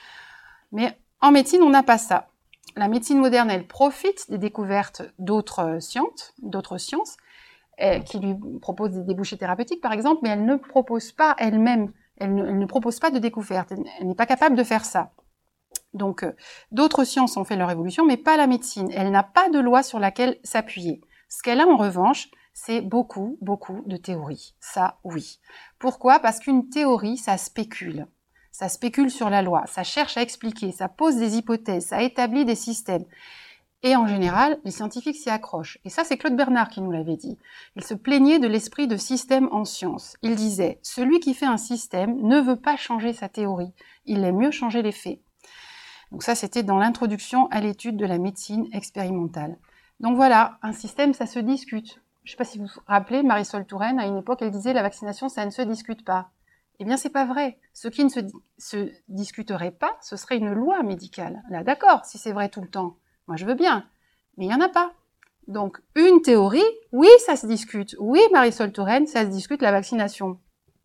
Mais en médecine, on n'a pas ça. La médecine moderne, elle profite des découvertes d'autres sciences, d'autres sciences, qui lui proposent des débouchés thérapeutiques, par exemple, mais elle ne propose pas elle-même, elle ne, elle ne propose pas de découverte. Elle, elle n'est pas capable de faire ça. Donc, euh, d'autres sciences ont fait leur évolution, mais pas la médecine. Elle n'a pas de loi sur laquelle s'appuyer. Ce qu'elle a en revanche, c'est beaucoup, beaucoup de théories. Ça, oui. Pourquoi ? Parce qu'une théorie, ça spécule. Ça spécule sur la loi, ça cherche à expliquer, ça pose des hypothèses, ça établit des systèmes. Et en général, les scientifiques s'y accrochent. Et ça, c'est Claude Bernard qui nous l'avait dit. Il se plaignait de l'esprit de système en science. Il disait, celui qui fait un système ne veut pas changer sa théorie. Il aime mieux changer les faits. Donc ça, c'était dans l'introduction à l'étude de la médecine expérimentale. Donc voilà, un système, ça se discute. Je ne sais pas si vous vous rappelez, Marisol Touraine, à une époque, elle disait la vaccination, ça ne se discute pas. Eh bien, c'est pas vrai. Ce qui ne se, se discuterait pas, ce serait une loi médicale. Là, d'accord, si c'est vrai tout le temps. Moi, je veux bien. Mais il n'y en a pas. Donc, une théorie, oui, ça se discute. Oui, Marisol Touraine, ça se discute la vaccination.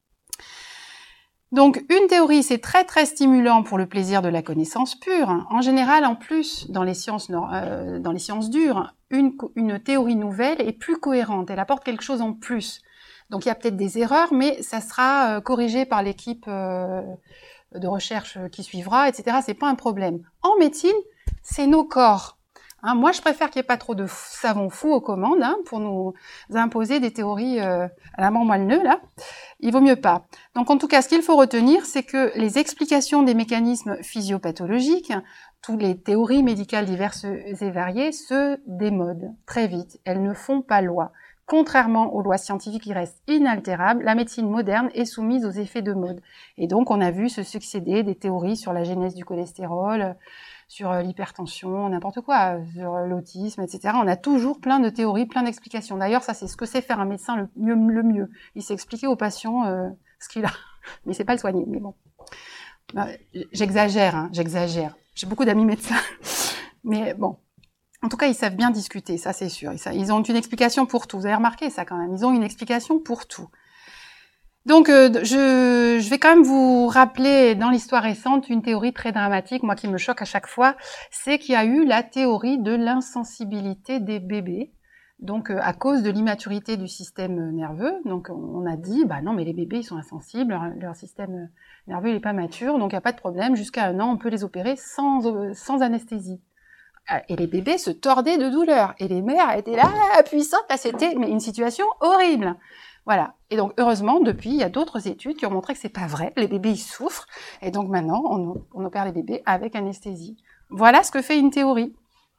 Donc, une théorie, c'est très très stimulant pour le plaisir de la connaissance pure. En général, en plus, dans les sciences, euh, dans les sciences dures, une, une théorie nouvelle est plus cohérente. Elle apporte quelque chose en plus. Donc, il y a peut-être des erreurs, mais ça sera euh, corrigé par l'équipe euh, de recherche qui suivra, et cetera. C'est pas un problème. En médecine, c'est nos corps. Hein, moi, je préfère qu'il n'y ait pas trop de savons fous aux commandes hein, pour nous imposer des théories euh, à la mort moelle-neu, là. Il vaut mieux pas. Donc, en tout cas, ce qu'il faut retenir, c'est que les explications des mécanismes physiopathologiques, toutes les théories médicales diverses et variées, se démodent très vite. Elles ne font pas loi. Contrairement aux lois scientifiques qui restent inaltérables, la médecine moderne est soumise aux effets de mode. Et donc, on a vu se succéder des théories sur la genèse du cholestérol, sur l'hypertension, n'importe quoi, sur l'autisme, et cetera. On a toujours plein de théories, plein d'explications. D'ailleurs, ça, c'est ce que sait faire un médecin le mieux. Le mieux. Il sait expliquer au patient euh, ce qu'il a, mais il sait pas le soigner. Mais bon, j'exagère, hein, j'exagère. J'ai beaucoup d'amis médecins, mais bon. En tout cas, ils savent bien discuter, ça c'est sûr. Ils ont une explication pour tout. Vous avez remarqué ça quand même. Ils ont une explication pour tout. Donc, euh, je, je vais quand même vous rappeler dans l'histoire récente une théorie très dramatique, moi qui me choque à chaque fois, c'est qu'il y a eu la théorie de l'insensibilité des bébés. Donc, euh, à cause de l'immaturité du système nerveux, donc on a dit, bah non, mais les bébés, ils sont insensibles, leur, leur système nerveux, il n'est pas mature, donc il n'y a pas de problème, jusqu'à un an, on peut les opérer sans, euh, sans anesthésie. Et les bébés se tordaient de douleur, et les mères étaient là, puissantes, là, c'était mais une situation horrible. Voilà. Et donc, heureusement, depuis, il y a d'autres études qui ont montré que c'est pas vrai, les bébés, ils souffrent, et donc maintenant, on, on opère les bébés avec anesthésie. Voilà ce que fait une théorie.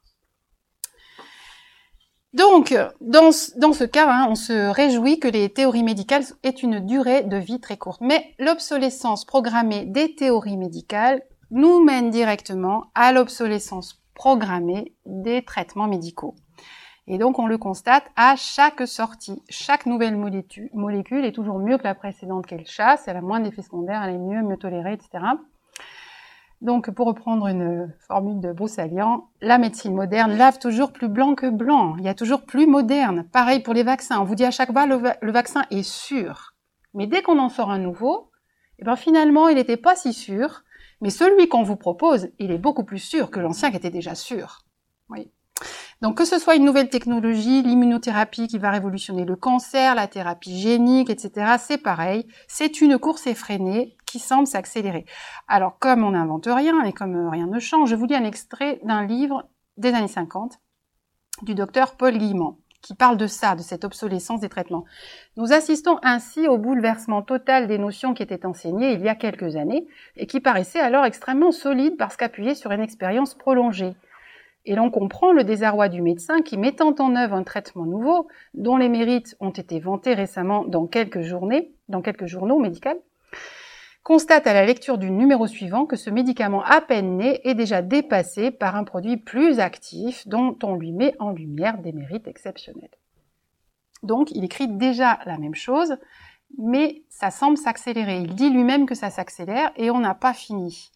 Donc, dans, dans ce cas, hein, on se réjouit que les théories médicales aient une durée de vie très courte. Mais l'obsolescence programmée des théories médicales nous mène directement à l'obsolescence programmée des traitements médicaux. Et donc, on le constate à chaque sortie. Chaque nouvelle molécule est toujours mieux que la précédente qu'elle chasse, elle a moins d'effets secondaires, elle est mieux, mieux tolérée, et cetera. Donc, pour reprendre une formule de Broussalian, la médecine moderne lave toujours plus blanc que blanc. Il y a toujours plus moderne. Pareil pour les vaccins. On vous dit à chaque fois, le, va le vaccin est sûr. Mais dès qu'on en sort un nouveau, eh ben finalement, il n'était pas si sûr. Mais celui qu'on vous propose, il est beaucoup plus sûr que l'ancien qui était déjà sûr. Oui. Donc, que ce soit une nouvelle technologie, l'immunothérapie qui va révolutionner le cancer, la thérapie génique, et cetera, c'est pareil. C'est une course effrénée qui semble s'accélérer. Alors, comme on n'invente rien et comme rien ne change, je vous lis un extrait d'un livre des années cinquante du docteur Paul Guillemant, qui parle de ça, de cette obsolescence des traitements. Nous assistons ainsi au bouleversement total des notions qui étaient enseignées il y a quelques années et qui paraissaient alors extrêmement solides parce qu'appuyées sur une expérience prolongée. Et l'on comprend le désarroi du médecin qui, mettant en œuvre un traitement nouveau, dont les mérites ont été vantés récemment dans quelques journées, dans quelques journaux médicaux, constate à la lecture du numéro suivant que ce médicament à peine né est déjà dépassé par un produit plus actif dont on lui met en lumière des mérites exceptionnels. Donc, il écrit déjà la même chose, mais ça semble s'accélérer. Il dit lui-même que ça s'accélère et on n'a pas fini.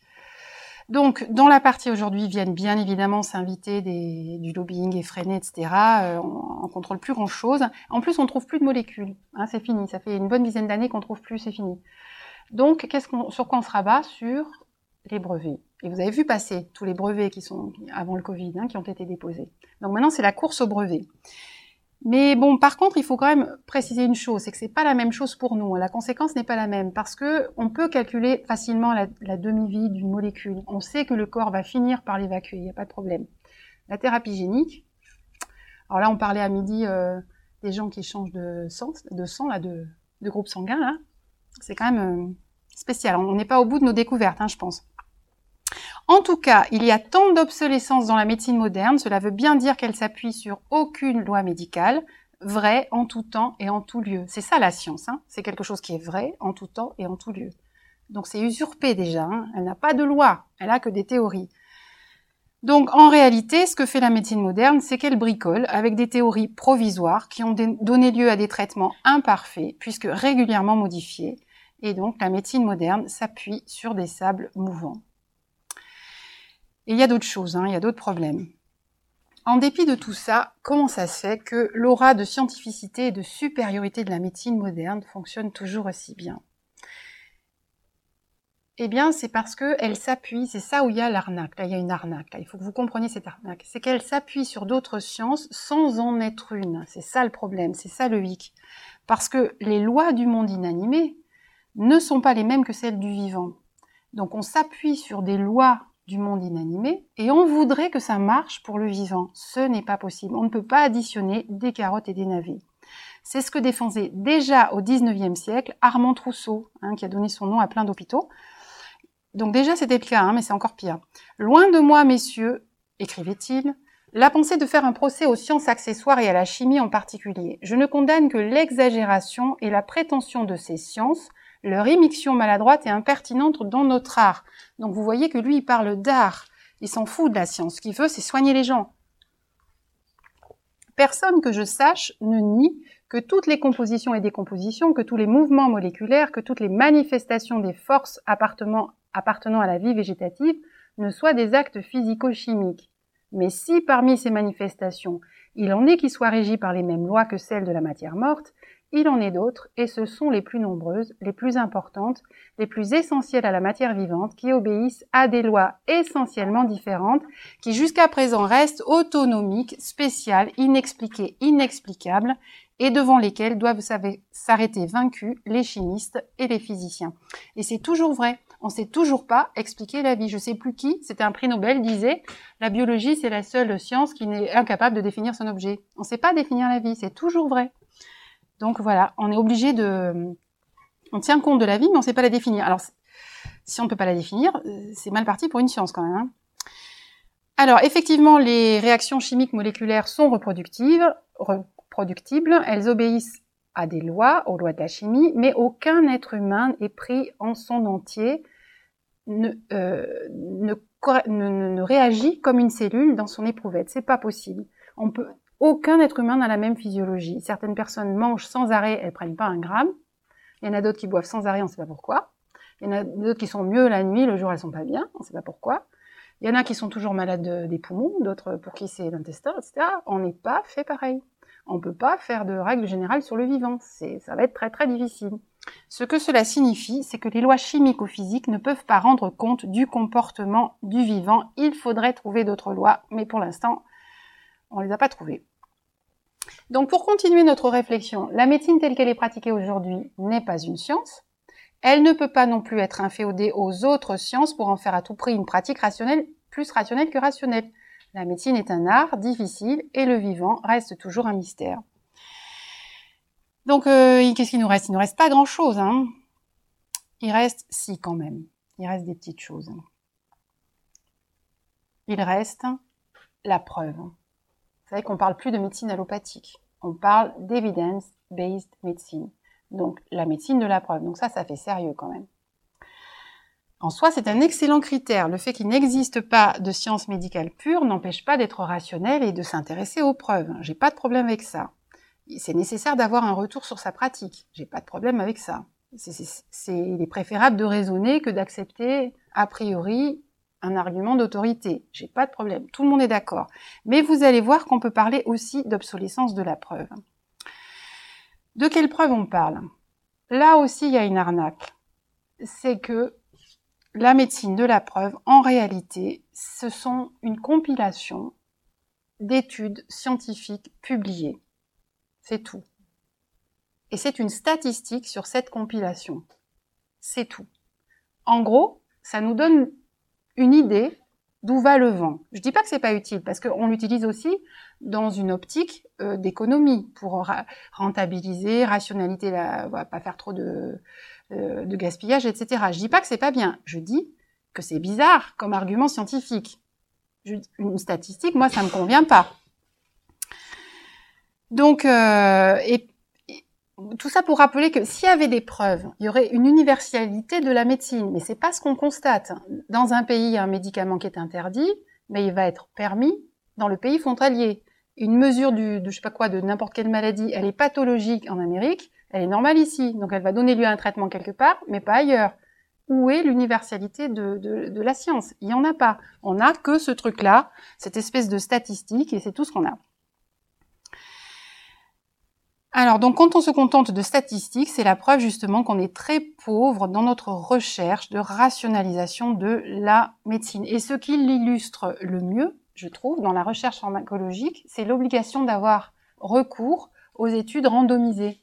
Donc, dans la partie aujourd'hui, viennent bien évidemment s'inviter des, du lobbying effréné, et cetera. Euh, on ne contrôle plus grand-chose. En plus, on trouve plus de molécules. Hein, c'est fini. Ça fait une bonne dizaine d'années qu'on trouve plus, c'est fini. Donc, qu'est-ce qu'on, sur quoi on se rabat? Sur les brevets. Et vous avez vu passer tous les brevets qui sont avant le Covid, hein, qui ont été déposés. Donc maintenant, c'est la course aux brevets. Mais bon, par contre, il faut quand même préciser une chose, c'est que c'est pas la même chose pour nous. La conséquence n'est pas la même parce que on peut calculer facilement la, la demi-vie d'une molécule. On sait que le corps va finir par l'évacuer, il n'y a pas de problème. La thérapie génique, alors là, on parlait à midi euh, des gens qui changent de sang, de sang là, de, de groupe sanguin, là. C'est quand même euh, spécial. On n'est pas au bout de nos découvertes, hein, je pense. En tout cas, il y a tant d'obsolescence dans la médecine moderne, cela veut bien dire qu'elle s'appuie sur aucune loi médicale, vraie en tout temps et en tout lieu. C'est ça la science, hein. C'est quelque chose qui est vrai en tout temps et en tout lieu. Donc c'est usurpé déjà, hein. Elle n'a pas de loi, elle n'a que des théories. Donc en réalité, ce que fait la médecine moderne, c'est qu'elle bricole avec des théories provisoires qui ont donné lieu à des traitements imparfaits, puisque régulièrement modifiés. Et donc la médecine moderne s'appuie sur des sables mouvants. Et il y a d'autres choses, hein, il y a d'autres problèmes. En dépit de tout ça, comment ça se fait que l'aura de scientificité et de supériorité de la médecine moderne fonctionne toujours aussi bien? Eh bien, c'est parce qu'elle s'appuie, c'est ça où il y a l'arnaque, là il y a une arnaque, là, il faut que vous compreniez cette arnaque, c'est qu'elle s'appuie sur d'autres sciences sans en être une, c'est ça le problème, c'est ça le hic. Parce que les lois du monde inanimé ne sont pas les mêmes que celles du vivant. Donc on s'appuie sur des lois du monde inanimé, et on voudrait que ça marche pour le vivant. Ce n'est pas possible. On ne peut pas additionner des carottes et des navets. C'est ce que défendait déjà au dix-neuvième siècle Armand Trousseau, hein, qui a donné son nom à plein d'hôpitaux. Donc déjà c'était le cas, hein, mais c'est encore pire. Loin de moi, messieurs, écrivait-il, la pensée de faire un procès aux sciences accessoires et à la chimie en particulier. Je ne condamne que l'exagération et la prétention de ces sciences, leur immixtion maladroite et impertinente dans notre art. Donc vous voyez que lui, il parle d'art. Il s'en fout de la science. Ce qu'il veut, c'est soigner les gens. Personne que je sache ne nie que toutes les compositions et décompositions, que tous les mouvements moléculaires, que toutes les manifestations des forces appartenant, appartenant à la vie végétative ne soient des actes physico-chimiques. Mais si parmi ces manifestations, il en est qui soient régies par les mêmes lois que celles de la matière morte, il en est d'autres, et ce sont les plus nombreuses, les plus importantes, les plus essentielles à la matière vivante, qui obéissent à des lois essentiellement différentes, qui jusqu'à présent restent autonomiques, spéciales, inexpliquées, inexplicables, et devant lesquelles doivent s'arrêter vaincus les chimistes et les physiciens. Et c'est toujours vrai, on ne sait toujours pas expliquer la vie. Je ne sais plus qui, c'était un prix Nobel, disait « La biologie, c'est la seule science qui n'est incapable de définir son objet ». On ne sait pas définir la vie, c'est toujours vrai. Donc voilà, on est obligé de... On tient compte de la vie, mais on ne sait pas la définir. Alors, si on ne peut pas la définir, c'est mal parti pour une science quand même. Hein. Alors, effectivement, les réactions chimiques moléculaires sont reproductives, reproductibles. Elles obéissent à des lois, aux lois de la chimie, mais aucun être humain est pris en son entier, ne, euh, ne, ne, ne réagit comme une cellule dans son éprouvette. C'est pas possible. On peut... Aucun être humain n'a la même physiologie. Certaines personnes mangent sans arrêt, elles prennent pas un gramme. Il y en a d'autres qui boivent sans arrêt, on ne sait pas pourquoi. Il y en a d'autres qui sont mieux la nuit, le jour elles sont pas bien, on ne sait pas pourquoi. Il y en a qui sont toujours malades des poumons, d'autres pour qui c'est l'intestin, et cetera. On n'est pas fait pareil. On ne peut pas faire de règles générales sur le vivant. C'est, ça va être très très difficile. Ce que cela signifie, c'est que les lois chimiques ou physiques ne peuvent pas rendre compte du comportement du vivant. Il faudrait trouver d'autres lois, mais pour l'instant, on ne les a pas trouvées. Donc pour continuer notre réflexion, la médecine telle qu'elle est pratiquée aujourd'hui n'est pas une science. Elle ne peut pas non plus être inféodée aux autres sciences pour en faire à tout prix une pratique rationnelle, plus rationnelle que rationnelle. La médecine est un art difficile et le vivant reste toujours un mystère. Donc euh, qu'est-ce qu'il nous reste? Il ne nous reste pas grand-chose. Hein. Il reste, si quand même, il reste des petites choses. Il reste la preuve. Vous savez qu'on ne parle plus de médecine allopathique. On parle d'evidence-based medicine. Donc, la médecine de la preuve. Donc ça, ça fait sérieux quand même. En soi, c'est un excellent critère. Le fait qu'il n'existe pas de science médicale pure n'empêche pas d'être rationnel et de s'intéresser aux preuves. J'ai pas de problème avec ça. C'est nécessaire d'avoir un retour sur sa pratique. J'ai pas de problème avec ça. C'est, c'est, c'est, il est préférable de raisonner que d'accepter a priori un argument d'autorité. J'ai pas de problème. Tout le monde est d'accord. Mais vous allez voir qu'on peut parler aussi d'obsolescence de la preuve. De quelle preuve on parle? Là aussi, il y a une arnaque. C'est que la médecine de la preuve, en réalité, ce sont une compilation d'études scientifiques publiées. C'est tout. Et c'est une statistique sur cette compilation. C'est tout. En gros, ça nous donne une idée d'où va le vent. Je dis pas que c'est pas utile, parce qu'on l'utilise aussi dans une optique euh, d'économie, pour ra- rentabiliser, rationalité, la, voilà, pas faire trop de, euh, de gaspillage, et cetera. Je dis pas que c'est pas bien. Je dis que c'est bizarre comme argument scientifique. Je, une statistique, moi, ça me convient pas. Donc, euh, et, et tout ça pour rappeler que s'il y avait des preuves, il y aurait une universalité de la médecine. Mais c'est pas ce qu'on constate. Dans un pays, il y a un médicament qui est interdit, mais il va être permis dans le pays frontalier. Une mesure du, de je sais pas quoi, de n'importe quelle maladie, elle est pathologique en Amérique, elle est normale ici. Donc elle va donner lieu à un traitement quelque part, mais pas ailleurs. Où est l'universalité de, de, de la science? Il y en a pas. On n'a que ce truc-là, cette espèce de statistique, et c'est tout ce qu'on a. Alors, donc, quand on se contente de statistiques, c'est la preuve justement qu'on est très pauvre dans notre recherche de rationalisation de la médecine. Et ce qui l'illustre le mieux, je trouve, dans la recherche pharmacologique, c'est l'obligation d'avoir recours aux études randomisées.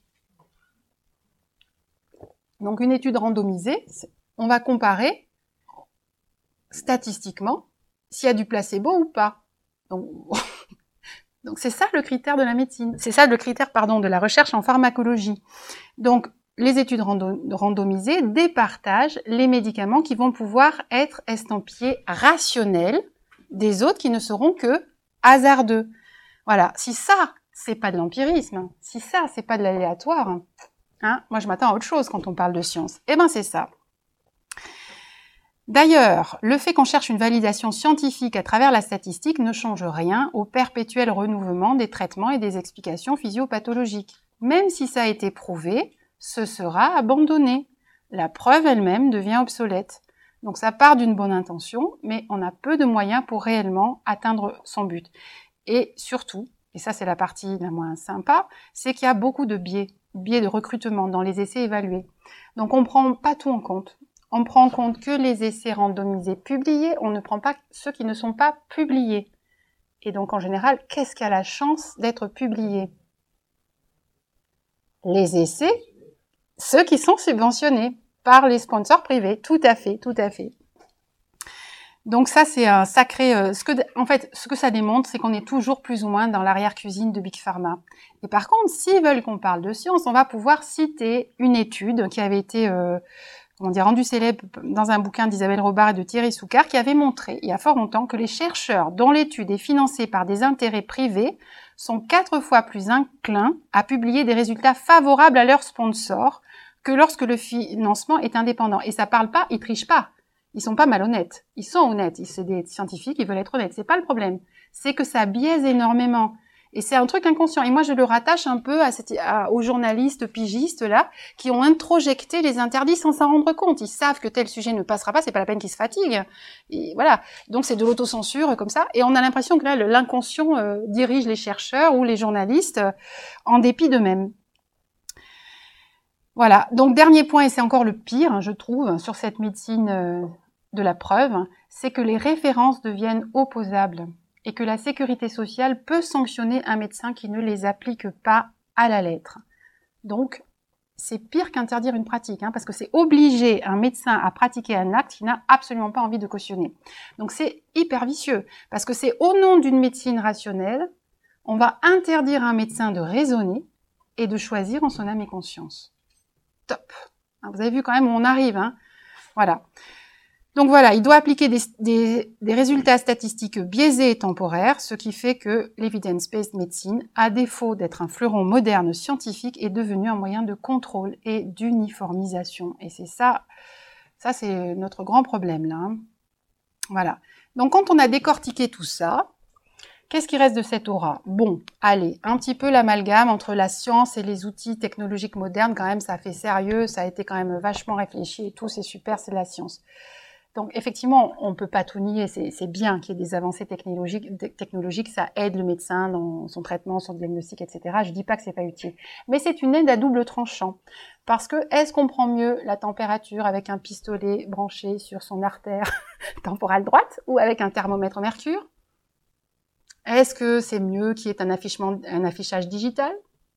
Donc, une étude randomisée, on va comparer statistiquement s'il y a du placebo ou pas. Donc, Donc c'est ça le critère de la médecine, c'est ça le critère pardon de la recherche en pharmacologie. Donc les études rando- randomisées départagent les médicaments qui vont pouvoir être estampillés rationnels des autres qui ne seront que hasardeux. Voilà, si ça c'est pas de l'empirisme, si ça c'est pas de l'aléatoire, hein, moi je m'attends à autre chose quand on parle de science. Eh ben c'est ça. D'ailleurs, le fait qu'on cherche une validation scientifique à travers la statistique ne change rien au perpétuel renouvellement des traitements et des explications physiopathologiques. Même si ça a été prouvé, ce sera abandonné. La preuve elle-même devient obsolète. Donc ça part d'une bonne intention, mais on a peu de moyens pour réellement atteindre son but. Et surtout, et ça c'est la partie la moins sympa, c'est qu'il y a beaucoup de biais, biais de recrutement dans les essais évalués. Donc on ne prend pas tout en compte. On prend en compte que les essais randomisés publiés, on ne prend pas ceux qui ne sont pas publiés. Et donc en général, qu'est-ce qui a la chance d'être publié? Les essais, ceux qui sont subventionnés par les sponsors privés, tout à fait, tout à fait. Donc ça, c'est un sacré... Euh, ce que, en fait, ce que ça démontre, c'est qu'on est toujours plus ou moins dans l'arrière-cuisine de Big Pharma. Et par contre, s'ils veulent qu'on parle de science, on va pouvoir citer une étude qui avait été euh, comment dire, rendue célèbre dans un bouquin d'Isabelle Robard et de Thierry Soucard, qui avait montré, il y a fort longtemps, que les chercheurs dont l'étude est financée par des intérêts privés sont quatre fois plus inclins à publier des résultats favorables à leurs sponsors que lorsque le financement est indépendant. Et ça parle pas, ils trichent pas. Ils sont pas malhonnêtes. Ils sont honnêtes. C'est des scientifiques, ils veulent être honnêtes. C'est pas le problème. C'est que ça biaise énormément. Et c'est un truc inconscient. Et moi, je le rattache un peu à cette, à, aux journalistes pigistes, là, qui ont introjecté les interdits sans s'en rendre compte. Ils savent que tel sujet ne passera pas, c'est pas la peine qu'ils se fatiguent. Et voilà. Donc, c'est de l'autocensure, comme ça. Et on a l'impression que là, l'inconscient euh, dirige les chercheurs ou les journalistes euh, en dépit d'eux-mêmes. Voilà. Donc, dernier point, et c'est encore le pire, je trouve, sur cette médecine euh, de la preuve, c'est que les références deviennent opposables et que la sécurité sociale peut sanctionner un médecin qui ne les applique pas à la lettre. Donc, c'est pire qu'interdire une pratique, hein, parce que c'est obliger un médecin à pratiquer un acte qu'il n'a absolument pas envie de cautionner. Donc, c'est hyper vicieux, parce que c'est au nom d'une médecine rationnelle, on va interdire à un médecin de raisonner et de choisir en son âme et conscience. Top. Vous avez vu quand même où on arrive, hein. Voilà. Donc voilà, il doit appliquer des, des, des résultats statistiques biaisés et temporaires, ce qui fait que l'evidence-based medicine, à défaut d'être un fleuron moderne scientifique, est devenu un moyen de contrôle et d'uniformisation. Et c'est ça, ça c'est notre grand problème là. Hein. Voilà. Donc quand on a décortiqué tout ça, qu'est-ce qui reste de cette aura? Bon, allez, un petit peu l'amalgame entre la science et les outils technologiques modernes, quand même, ça fait sérieux, ça a été quand même vachement réfléchi et tout, c'est super, c'est de la science. Donc effectivement, on ne peut pas tout nier, c'est bien qu'il y ait des avancées technologiques, technologiques, ça aide le médecin dans son traitement, son diagnostic, et cetera. Je dis pas que c'est pas utile, mais c'est une aide à double tranchant. Parce que est-ce qu'on prend mieux la température avec un pistolet branché sur son artère temporale droite ou avec un thermomètre mercure? Est-ce que c'est mieux qu'il y ait un affichement, un affichage digital?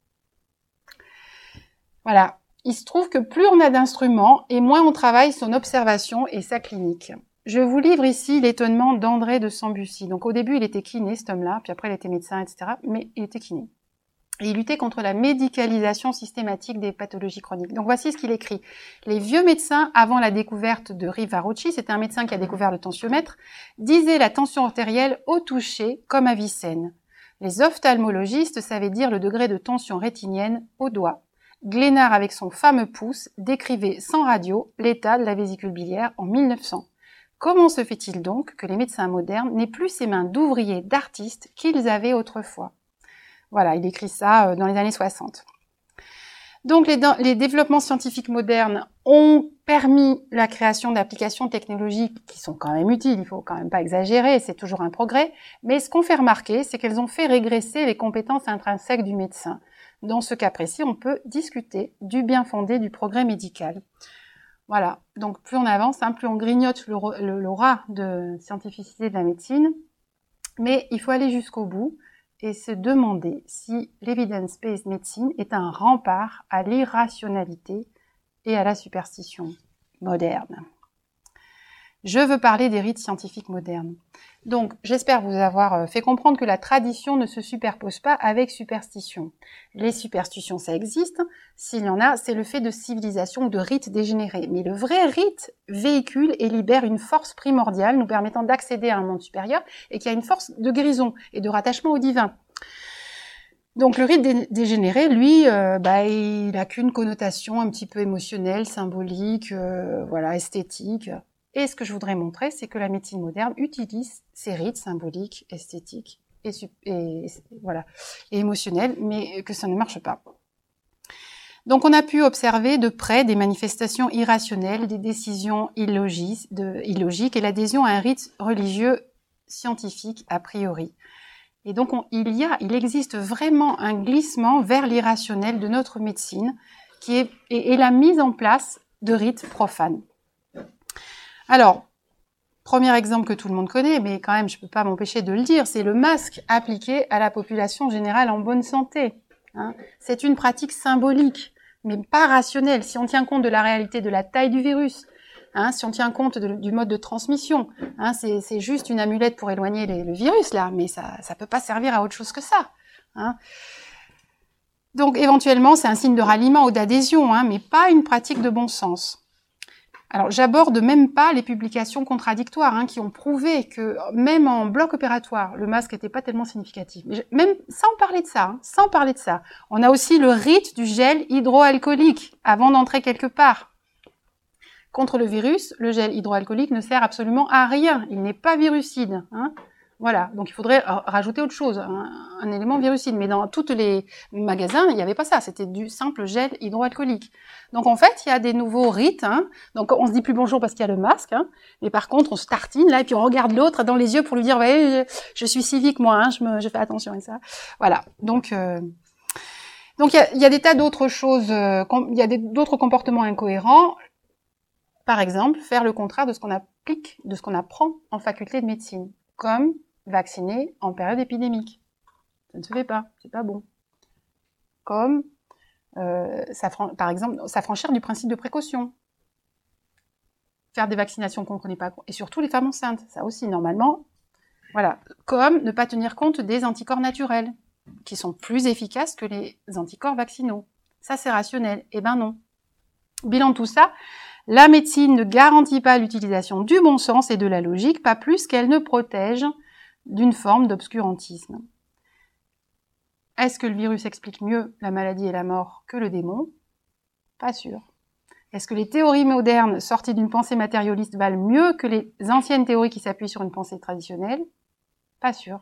Voilà. Il se trouve que plus on a d'instruments et moins on travaille son observation et sa clinique. Je vous livre ici l'étonnement d'André de Sambucy. Donc au début, il était kiné, cet homme-là, puis après il était médecin, et cetera. Mais il était kiné. Et il luttait contre la médicalisation systématique des pathologies chroniques. Donc voici ce qu'il écrit. Les vieux médecins, avant la découverte de Rivarochi, c'était un médecin qui a découvert le tensiomètre, disaient la tension artérielle au toucher comme à Vicenne. Les ophtalmologistes savaient dire le degré de tension rétinienne au doigt. Glénard, avec son fameux pouce, décrivait sans radio l'état de la vésicule biliaire en mille neuf cents. Comment se fait-il donc que les médecins modernes n'aient plus ces mains d'ouvriers, d'artistes qu'ils avaient autrefois? Voilà, il écrit ça dans les années soixante. Donc les, les développements scientifiques modernes ont permis la création d'applications technologiques qui sont quand même utiles, il faut quand même pas exagérer, c'est toujours un progrès, mais ce qu'on fait remarquer, c'est qu'elles ont fait régresser les compétences intrinsèques du médecin. Dans ce cas précis, on peut discuter du bien fondé du progrès médical. Voilà, donc plus on avance, hein, plus on grignote l'aura de scientificité de la médecine, mais il faut aller jusqu'au bout et se demander si l'evidence-based medicine est un rempart à l'irrationalité et à la superstition moderne. Je veux parler des rites scientifiques modernes. Donc, j'espère vous avoir fait comprendre que la tradition ne se superpose pas avec superstition. Les superstitions, ça existe. S'il y en a, c'est le fait de civilisation ou de rites dégénérés. Mais le vrai rite véhicule et libère une force primordiale nous permettant d'accéder à un monde supérieur et qui a une force de guérison et de rattachement au divin. Donc, le rite dégénéré, lui, euh, bah, il n'a qu'une connotation un petit peu émotionnelle, symbolique, euh, voilà, esthétique. Et ce que je voudrais montrer, c'est que la médecine moderne utilise ces rites symboliques, esthétiques et, et, voilà, et émotionnels, mais que ça ne marche pas. Donc on a pu observer de près des manifestations irrationnelles, des décisions illogiques, de, illogiques et l'adhésion à un rite religieux scientifique a priori. Et donc on, il y a, il existe vraiment un glissement vers l'irrationnel de notre médecine qui est, et, et la mise en place de rites profanes. Alors, premier exemple que tout le monde connaît, mais quand même je ne peux pas m'empêcher de le dire, c'est le masque appliqué à la population générale en bonne santé. Hein. C'est une pratique symbolique, mais pas rationnelle. Si on tient compte de la réalité de la taille du virus, hein, si on tient compte de, du mode de transmission, hein, c'est, c'est juste une amulette pour éloigner les, le virus là, mais ça ça peut pas servir à autre chose que ça. Hein. Donc éventuellement c'est un signe de ralliement ou d'adhésion, hein, mais pas une pratique de bon sens. Alors j'aborde même pas les publications contradictoires hein, qui ont prouvé que même en bloc opératoire, le masque n'était pas tellement significatif. Mais même sans parler de ça, hein, sans parler de ça, on a aussi le rite du gel hydroalcoolique avant d'entrer quelque part. Contre le virus, le gel hydroalcoolique ne sert absolument à rien. Il n'est pas virucide. Hein. Voilà, donc il faudrait rajouter autre chose, un, un élément virucide. Mais dans tous les magasins, il n'y avait pas ça. C'était du simple gel hydroalcoolique. Donc en fait, il y a des nouveaux rites. Hein. Donc on se dit plus bonjour parce qu'il y a le masque. Hein. Mais par contre, on se tartine là et puis on regarde l'autre dans les yeux pour lui dire ouais, je, je suis civique moi, hein, je, me, je fais attention à ça. Voilà. Donc euh, donc il y a, il y a des tas d'autres choses. Euh, com- il y a des, d'autres comportements incohérents. Par exemple, faire le contraire de ce qu'on applique, de ce qu'on apprend en faculté de médecine, comme vacciner en période épidémique. Ça ne se fait pas, c'est pas bon. Comme, euh, par exemple, s'affranchir du principe de précaution. Faire des vaccinations qu'on ne connaît pas, et surtout les femmes enceintes, ça aussi, normalement. Voilà. Comme ne pas tenir compte des anticorps naturels, qui sont plus efficaces que les anticorps vaccinaux. Ça, c'est rationnel. Eh ben non. Bilan de tout ça, la médecine ne garantit pas l'utilisation du bon sens et de la logique, pas plus qu'elle ne protège d'une forme d'obscurantisme. Est-ce que le virus explique mieux la maladie et la mort que le démon ? Pas sûr. Est-ce que les théories modernes sorties d'une pensée matérialiste valent mieux que les anciennes théories qui s'appuient sur une pensée traditionnelle ? Pas sûr.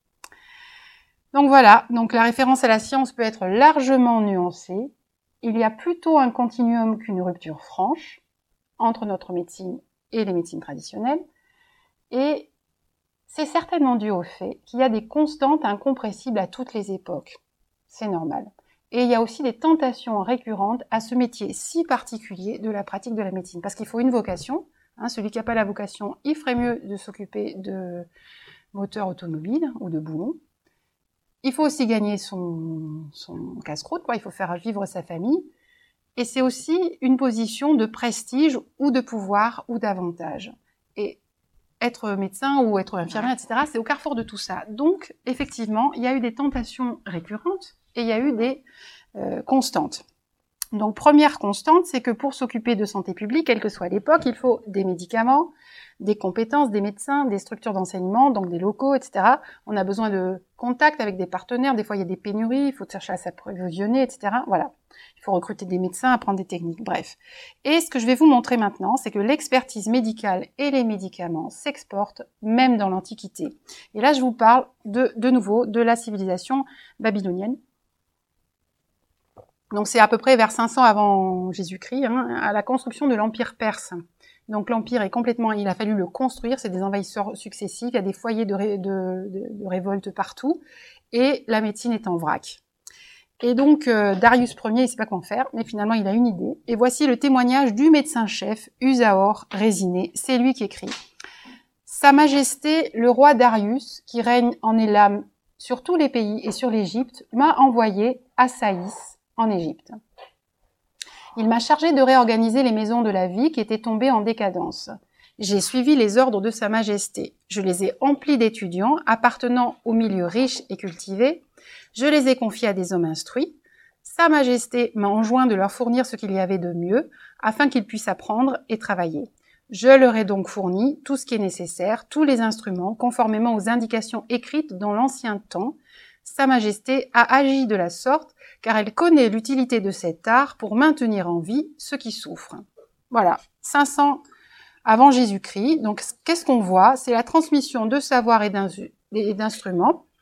Donc voilà, donc la référence à la science peut être largement nuancée. Il y a plutôt un continuum qu'une rupture franche entre notre médecine et les médecines traditionnelles. Et c'est certainement dû au fait qu'il y a des constantes incompressibles à toutes les époques. C'est normal. Et il y a aussi des tentations récurrentes à ce métier si particulier de la pratique de la médecine. Parce qu'il faut une vocation. Hein, celui qui n'a pas la vocation, il ferait mieux de s'occuper de moteur automobile ou de boulons. Il faut aussi gagner son, son casse-croûte, quoi. Il faut faire vivre sa famille. Et c'est aussi une position de prestige ou de pouvoir ou d'avantage. Et être médecin ou être infirmière, et cetera, c'est au carrefour de tout ça. Donc, effectivement, il y a eu des tentations récurrentes et il y a eu des euh, constantes. Donc, première constante, c'est que pour s'occuper de santé publique, quelle que soit l'époque, il faut des médicaments, des compétences, des médecins, des structures d'enseignement, donc des locaux, et cetera. On a besoin de contact avec des partenaires. Des fois, il y a des pénuries, il faut chercher à s'approvisionner, et cetera. Voilà. Il faut recruter des médecins, apprendre des techniques, bref. Et ce que je vais vous montrer maintenant, c'est que l'expertise médicale et les médicaments s'exportent, même dans l'Antiquité. Et là, je vous parle de, de nouveau de la civilisation babylonienne. Donc c'est à peu près vers cinq cents avant Jésus-Christ, hein, à la construction de l'Empire perse. Donc l'Empire est complètement, il a fallu le construire, c'est des envahisseurs successifs, il y a des foyers de, ré, de, de, de révolte partout, et la médecine est en vrac. Et donc euh, Darius Ier, il sait pas comment faire, mais finalement il a une idée. Et voici le témoignage du médecin-chef Usaor Résiné, c'est lui qui écrit. Sa Majesté, le roi Darius, qui règne en Élam sur tous les pays et sur l'Égypte, m'a envoyé à Saïs, en Égypte. Il m'a chargé de réorganiser les maisons de la vie qui étaient tombées en décadence. J'ai suivi les ordres de Sa Majesté. Je les ai emplis d'étudiants appartenant au milieu riche et cultivé. Je les ai confiés à des hommes instruits. Sa Majesté m'a enjoint de leur fournir ce qu'il y avait de mieux afin qu'ils puissent apprendre et travailler. Je leur ai donc fourni tout ce qui est nécessaire, tous les instruments, conformément aux indications écrites dans l'ancien temps. Sa Majesté a agi de la sorte car elle connaît l'utilité de cet art pour maintenir en vie ceux qui souffrent. Voilà, cinq cents avant Jésus-Christ. Donc, qu'est-ce qu'on voit? C'est la transmission de savoir et d'instruments.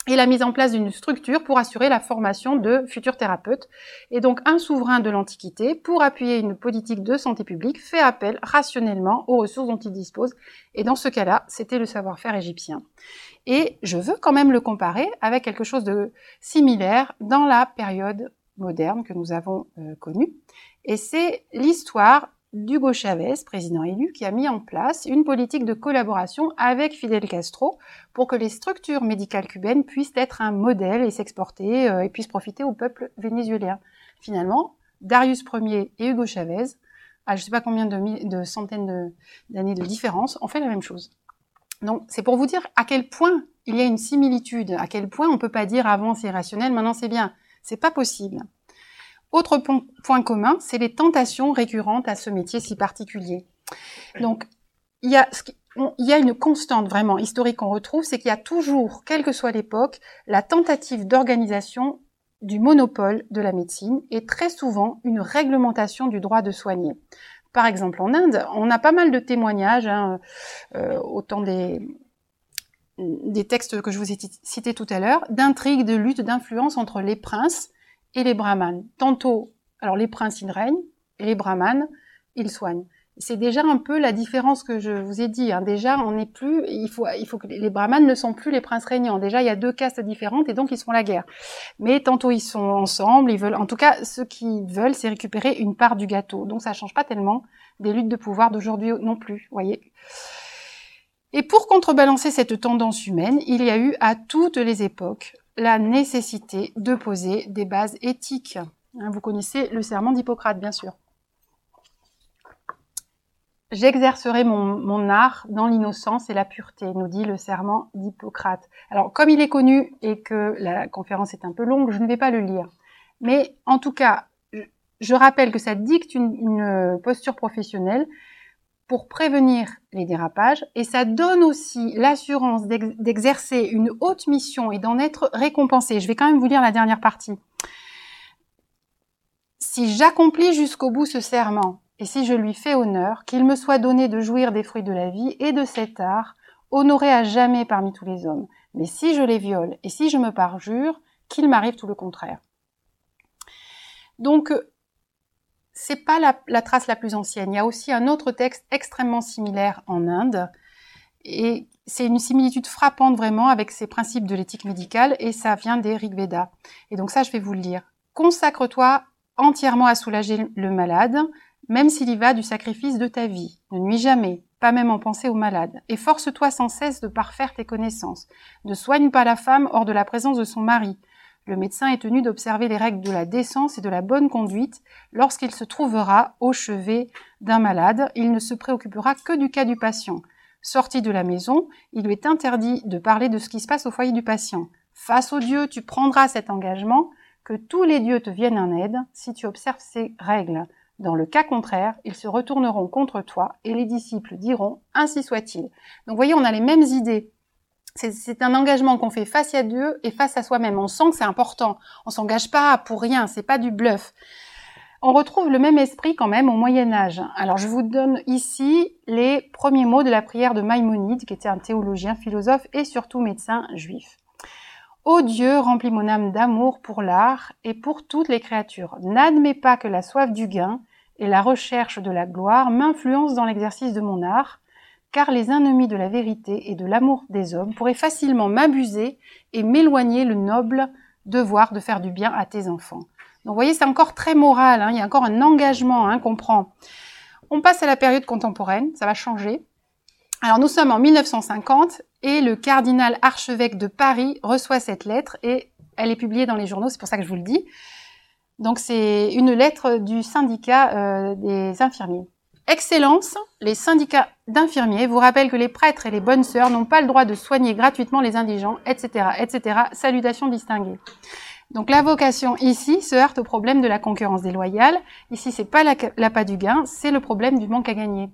et la mise en place d'une structure pour assurer la formation de futurs thérapeutes. Et donc, un souverain de l'Antiquité, pour appuyer une politique de santé publique, fait appel rationnellement aux ressources dont il dispose. Et dans ce cas-là, c'était le savoir-faire égyptien. Et je veux quand même le comparer avec quelque chose de similaire dans la période moderne que nous avons euh, connue. Et c'est l'histoire d'Hugo Chavez, président élu, qui a mis en place une politique de collaboration avec Fidel Castro pour que les structures médicales cubaines puissent être un modèle et s'exporter euh, et puissent profiter au peuple vénézuélien. Finalement, Darius Ier et Hugo Chavez, à je ne sais pas combien de, de centaines de, d'années de différence, ont fait la même chose. Donc, c'est pour vous dire à quel point il y a une similitude, à quel point on ne peut pas dire avant c'est irrationnel, maintenant c'est bien. C'est pas possible. Autre point commun, c'est les tentations récurrentes à ce métier si particulier. Donc, il y a, il y a une constante vraiment historique qu'on retrouve, c'est qu'il y a toujours, quelle que soit l'époque, la tentative d'organisation du monopole de la médecine et très souvent une réglementation du droit de soigner. Par exemple, en Inde, on a pas mal de témoignages, hein, euh, autant des, des textes que je vous ai cités tout à l'heure, d'intrigues, de luttes, d'influence entre les princes et les brahmanes. Tantôt, alors les princes, ils règnent, et les brahmanes, ils soignent. C'est déjà un peu la différence que je vous ai dit. Hein. Déjà, on n'est plus, il faut, il faut que les brahmanes ne sont plus les princes régnants. Déjà, il y a deux castes différentes et donc ils se font la guerre. Mais tantôt ils sont ensemble, ils veulent, en tout cas, ce qu'ils veulent, c'est récupérer une part du gâteau. Donc ça change pas tellement des luttes de pouvoir d'aujourd'hui non plus, voyez. Et pour contrebalancer cette tendance humaine, il y a eu à toutes les époques la nécessité de poser des bases éthiques. Vous connaissez le serment d'Hippocrate, bien sûr. J'exercerai mon, mon art dans l'innocence et la pureté, nous dit le serment d'Hippocrate. Alors, comme il est connu et que la conférence est un peu longue, je ne vais pas le lire. Mais en tout cas, je rappelle que ça dicte une, une posture professionnelle pour prévenir les dérapages, et ça donne aussi l'assurance d'exercer une haute mission et d'en être récompensé. Je vais quand même vous lire la dernière partie. Si j'accomplis jusqu'au bout ce serment, et si je lui fais honneur, qu'il me soit donné de jouir des fruits de la vie et de cet art, honoré à jamais parmi tous les hommes. Mais si je les viole, et si je me parjure, qu'il m'arrive tout le contraire. Donc, c'est pas la, la trace la plus ancienne. Il y a aussi un autre texte extrêmement similaire en Inde. Et c'est une similitude frappante vraiment avec ces principes de l'éthique médicale et ça vient des Rig Veda. Et donc ça, je vais vous le lire. Consacre-toi entièrement à soulager le malade, même s'il y va du sacrifice de ta vie. Ne nuis jamais, pas même en penser au malade. Et force-toi sans cesse de parfaire tes connaissances. Ne soigne pas la femme hors de la présence de son mari. Le médecin est tenu d'observer les règles de la décence et de la bonne conduite. Lorsqu'il se trouvera au chevet d'un malade, il ne se préoccupera que du cas du patient. Sorti de la maison, il lui est interdit de parler de ce qui se passe au foyer du patient. Face aux dieux, tu prendras cet engagement, que tous les dieux te viennent en aide si tu observes ces règles. Dans le cas contraire, ils se retourneront contre toi et les disciples diront « Ainsi soit-il ». Donc vous voyez, on a les mêmes idées. C'est un engagement qu'on fait face à Dieu et face à soi-même. On sent que c'est important. On s'engage pas pour rien. C'est pas du bluff. On retrouve le même esprit quand même au Moyen-Âge. Alors, je vous donne ici les premiers mots de la prière de Maïmonide, qui était un théologien, philosophe et surtout médecin juif. Ô Dieu, remplis mon âme d'amour pour l'art et pour toutes les créatures. N'admets pas que la soif du gain et la recherche de la gloire m'influencent dans l'exercice de mon art, car les ennemis de la vérité et de l'amour des hommes pourraient facilement m'abuser et m'éloigner le noble devoir de faire du bien à tes enfants. Donc vous voyez, c'est encore très moral, hein, il y a encore un engagement hein, qu'on prend. On passe à la période contemporaine, ça va changer. Alors nous sommes en mille neuf cent cinquante et le cardinal archevêque de Paris reçoit cette lettre et elle est publiée dans les journaux, c'est pour ça que je vous le dis. Donc c'est une lettre du syndicat euh, des infirmiers. Excellence, les syndicats d'infirmiers vous rappellent que les prêtres et les bonnes sœurs n'ont pas le droit de soigner gratuitement les indigents, et cetera, et cetera. Salutations distinguées. Donc la vocation ici se heurte au problème de la concurrence déloyale. Ici, c'est pas l'appât du gain, c'est le problème du manque à gagner.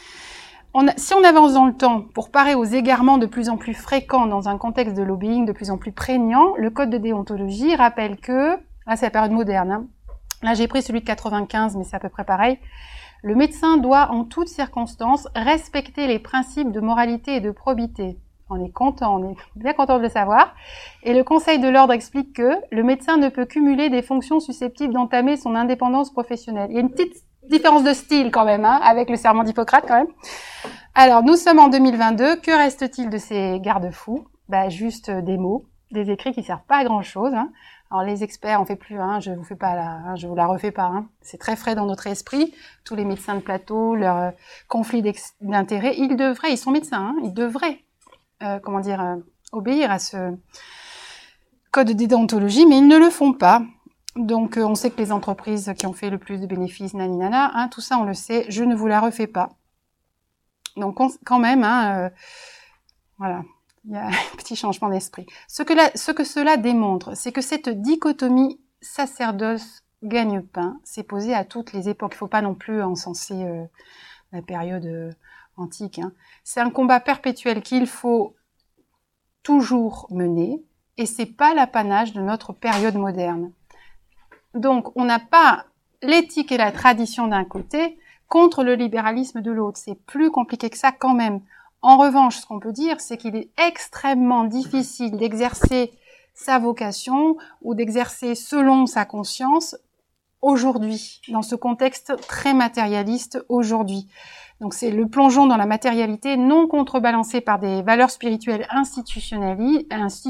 On a, si on avance dans le temps pour parer aux égarements de plus en plus fréquents dans un contexte de lobbying de plus en plus prégnant, le code de déontologie rappelle que, là c'est la période moderne, hein. Là j'ai pris celui de quatre-vingt-quinze, mais c'est à peu près pareil. Le médecin doit en toutes circonstances respecter les principes de moralité et de probité. On est content, on est bien content de le savoir. Et le Conseil de l'ordre explique que le médecin ne peut cumuler des fonctions susceptibles d'entamer son indépendance professionnelle. Il y a une petite différence de style quand même, hein, avec le serment d'Hippocrate quand même. Alors, nous sommes en deux mille vingt-deux. Que reste-t-il de ces garde-fous? Bah, juste des mots, des écrits qui servent pas à grand-chose. Hein. Alors, les experts, on fait plus, hein, je vous fais pas la, hein, je vous la refais pas. Hein. C'est très frais dans notre esprit. Tous les médecins de plateau, leur euh, conflit d'intérêts, ils devraient, ils sont médecins, hein, ils devraient, euh, comment dire, euh, obéir à ce code de déontologie, mais ils ne le font pas. Donc, euh, on sait que les entreprises qui ont fait le plus de bénéfices, naninana, hein, tout ça, on le sait. Je ne vous la refais pas. Donc, on, quand même, hein, euh, voilà, il y a un petit changement d'esprit. Ce que, la, ce que cela démontre, c'est que cette dichotomie sacerdoce-gagne-pain s'est posée à toutes les époques. Il ne faut pas non plus encenser euh, la période euh, antique. Hein. C'est un combat perpétuel qu'il faut toujours mener, et c'est pas l'apanage de notre période moderne. Donc, on n'a pas l'éthique et la tradition d'un côté contre le libéralisme de l'autre. C'est plus compliqué que ça quand même. En revanche, ce qu'on peut dire, c'est qu'il est extrêmement difficile d'exercer sa vocation ou d'exercer selon sa conscience aujourd'hui, dans ce contexte très matérialiste aujourd'hui. Donc c'est le plongeon dans la matérialité non contrebalancé par des valeurs spirituelles institutionnalisées,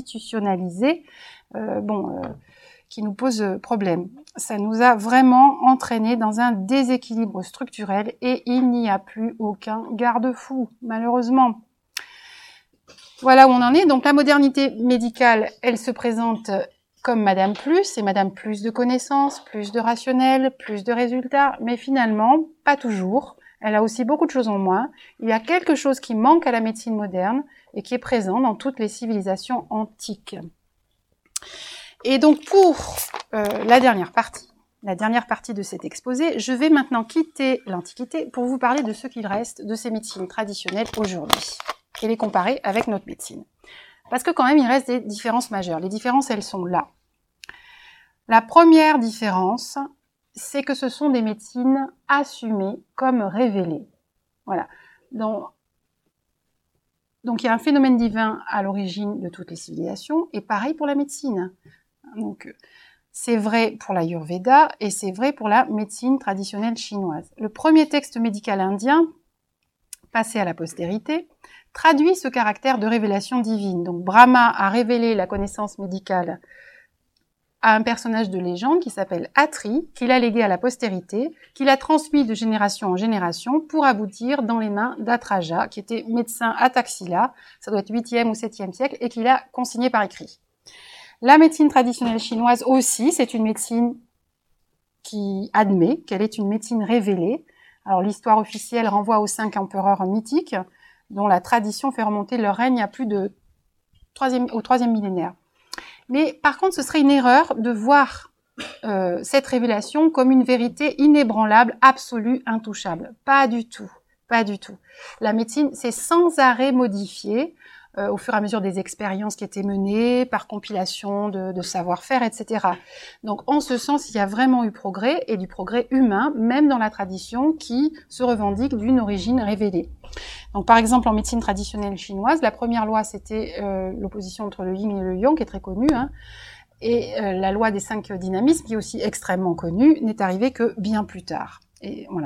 euh, bon, euh, qui nous pose problème. Ça nous a vraiment entraîné dans un déséquilibre structurel et il n'y a plus aucun garde-fou, malheureusement. Voilà où on en est. Donc la modernité médicale, elle se présente comme Madame Plus, et Madame Plus de connaissances, plus de rationnel, plus de résultats, mais finalement, pas toujours. Elle a aussi beaucoup de choses en moins. Il y a quelque chose qui manque à la médecine moderne et qui est présent dans toutes les civilisations antiques. Et donc pour euh, la dernière partie, la dernière partie de cet exposé, je vais maintenant quitter l'Antiquité pour vous parler de ce qu'il reste de ces médecines traditionnelles aujourd'hui et les comparer avec notre médecine. Parce que quand même, il reste des différences majeures. Les différences, elles sont là. La première différence, c'est que ce sont des médecines assumées comme révélées. Voilà. Donc, donc il y a un phénomène divin à l'origine de toutes les civilisations, et pareil pour la médecine. Donc, c'est vrai pour l'Ayurveda et c'est vrai pour la médecine traditionnelle chinoise. Le premier texte médical indien, passé à la postérité, traduit ce caractère de révélation divine. Donc, Brahma a révélé la connaissance médicale à un personnage de légende qui s'appelle Atri, qu'il a légué à la postérité, qu'il a transmis de génération en génération pour aboutir dans les mains d'Atraja, qui était médecin à Taxila, ça doit être huitième ou septième siècle, et qu'il a consigné par écrit. La médecine traditionnelle chinoise aussi, c'est une médecine qui admet qu'elle est une médecine révélée. Alors l'histoire officielle renvoie aux cinq empereurs mythiques, dont la tradition fait remonter leur règne à plus de troisième, au troisième millénaire. Mais par contre, ce serait une erreur de voir euh, cette révélation comme une vérité inébranlable, absolue, intouchable. Pas du tout, pas du tout. La médecine, c'est sans arrêt modifié euh, au fur et à mesure des expériences qui étaient menées, par compilation de, de savoir-faire, et cetera. Donc, en ce sens, il y a vraiment eu progrès, et du progrès humain, même dans la tradition qui se revendique d'une origine révélée. Donc, par exemple, en médecine traditionnelle chinoise, la première loi, c'était euh, l'opposition entre le yin et le yang, qui est très connue, hein, et euh, la loi des cinq dynamismes, qui est aussi extrêmement connue, n'est arrivée que bien plus tard. Et voilà.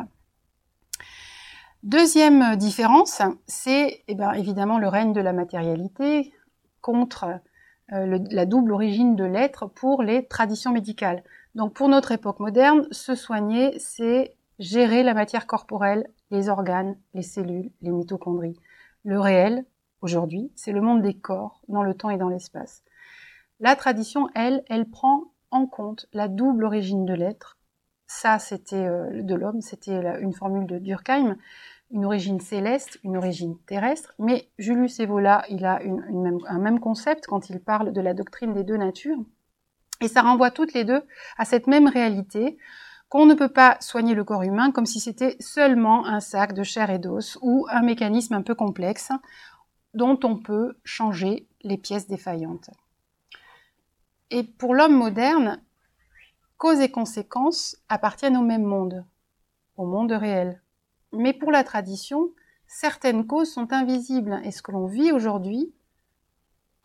Deuxième différence, c'est eh bien, évidemment le règne de la matérialité contre euh, le, la double origine de l'être pour les traditions médicales. Donc, pour notre époque moderne, se soigner, c'est gérer la matière corporelle, les organes, les cellules, les mitochondries. Le réel, aujourd'hui, c'est le monde des corps, dans le temps et dans l'espace. La tradition, elle, elle prend en compte la double origine de l'être. Ça, c'était euh, de l'homme, c'était la, une formule de Durkheim, une origine céleste, une origine terrestre. Mais Julius Evola, il a une, une même, un même concept quand il parle de la doctrine des deux natures. Et ça renvoie toutes les deux à cette même réalité, qu'on ne peut pas soigner le corps humain comme si c'était seulement un sac de chair et d'os ou un mécanisme un peu complexe dont on peut changer les pièces défaillantes. Et pour l'homme moderne, cause et conséquences appartiennent au même monde, au monde réel. Mais pour la tradition, certaines causes sont invisibles et ce que l'on vit aujourd'hui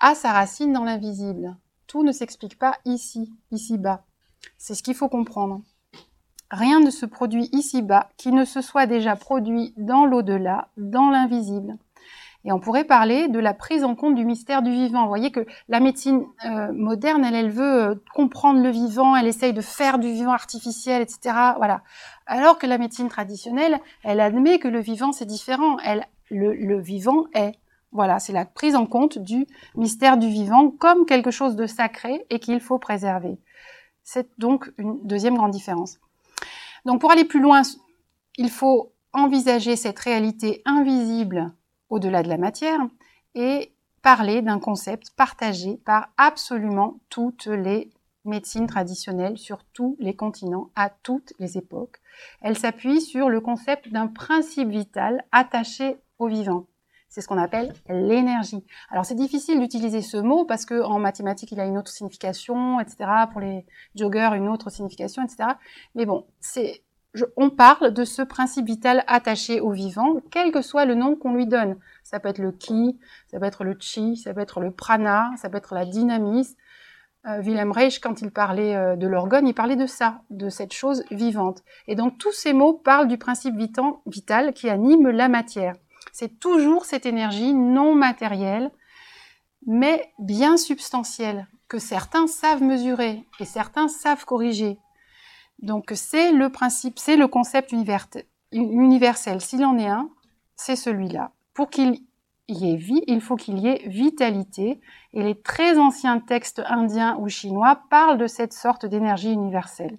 a sa racine dans l'invisible. Tout ne s'explique pas ici, ici-bas. C'est ce qu'il faut comprendre. Rien ne se produit ici-bas qui ne se soit déjà produit dans l'au-delà, dans l'invisible. Et on pourrait parler de la prise en compte du mystère du vivant. Vous voyez que la médecine euh, moderne, elle, elle veut euh, comprendre le vivant, elle essaye de faire du vivant artificiel, et cetera. Voilà. Alors que la médecine traditionnelle, elle admet que le vivant, c'est différent. Elle, le, le vivant est. Voilà, c'est la prise en compte du mystère du vivant comme quelque chose de sacré et qu'il faut préserver. C'est donc une deuxième grande différence. Donc pour aller plus loin, il faut envisager cette réalité invisible au-delà de la matière, et parler d'un concept partagé par absolument toutes les médecines traditionnelles sur tous les continents, à toutes les époques. Elle s'appuie sur le concept d'un principe vital attaché au vivant. C'est ce qu'on appelle l'énergie. Alors c'est difficile d'utiliser ce mot parce que en mathématiques il a une autre signification, et cetera. Pour les joggers une autre signification, et cetera. Mais bon, c'est Je, on parle de ce principe vital attaché au vivant, quel que soit le nom qu'on lui donne. Ça peut être le ki, ça peut être le chi, ça peut être le prana, ça peut être la dynamis. Euh, Wilhelm Reich, quand il parlait euh, de l'orgone, il parlait de ça, de cette chose vivante. Et donc tous ces mots parlent du principe vitant, vital qui anime la matière. C'est toujours cette énergie non matérielle, mais bien substantielle, que certains savent mesurer et certains savent corriger. Donc c'est le principe, c'est le concept universel. S'il en est un, c'est celui-là. Pour qu'il y ait vie, il faut qu'il y ait vitalité. Et les très anciens textes indiens ou chinois parlent de cette sorte d'énergie universelle.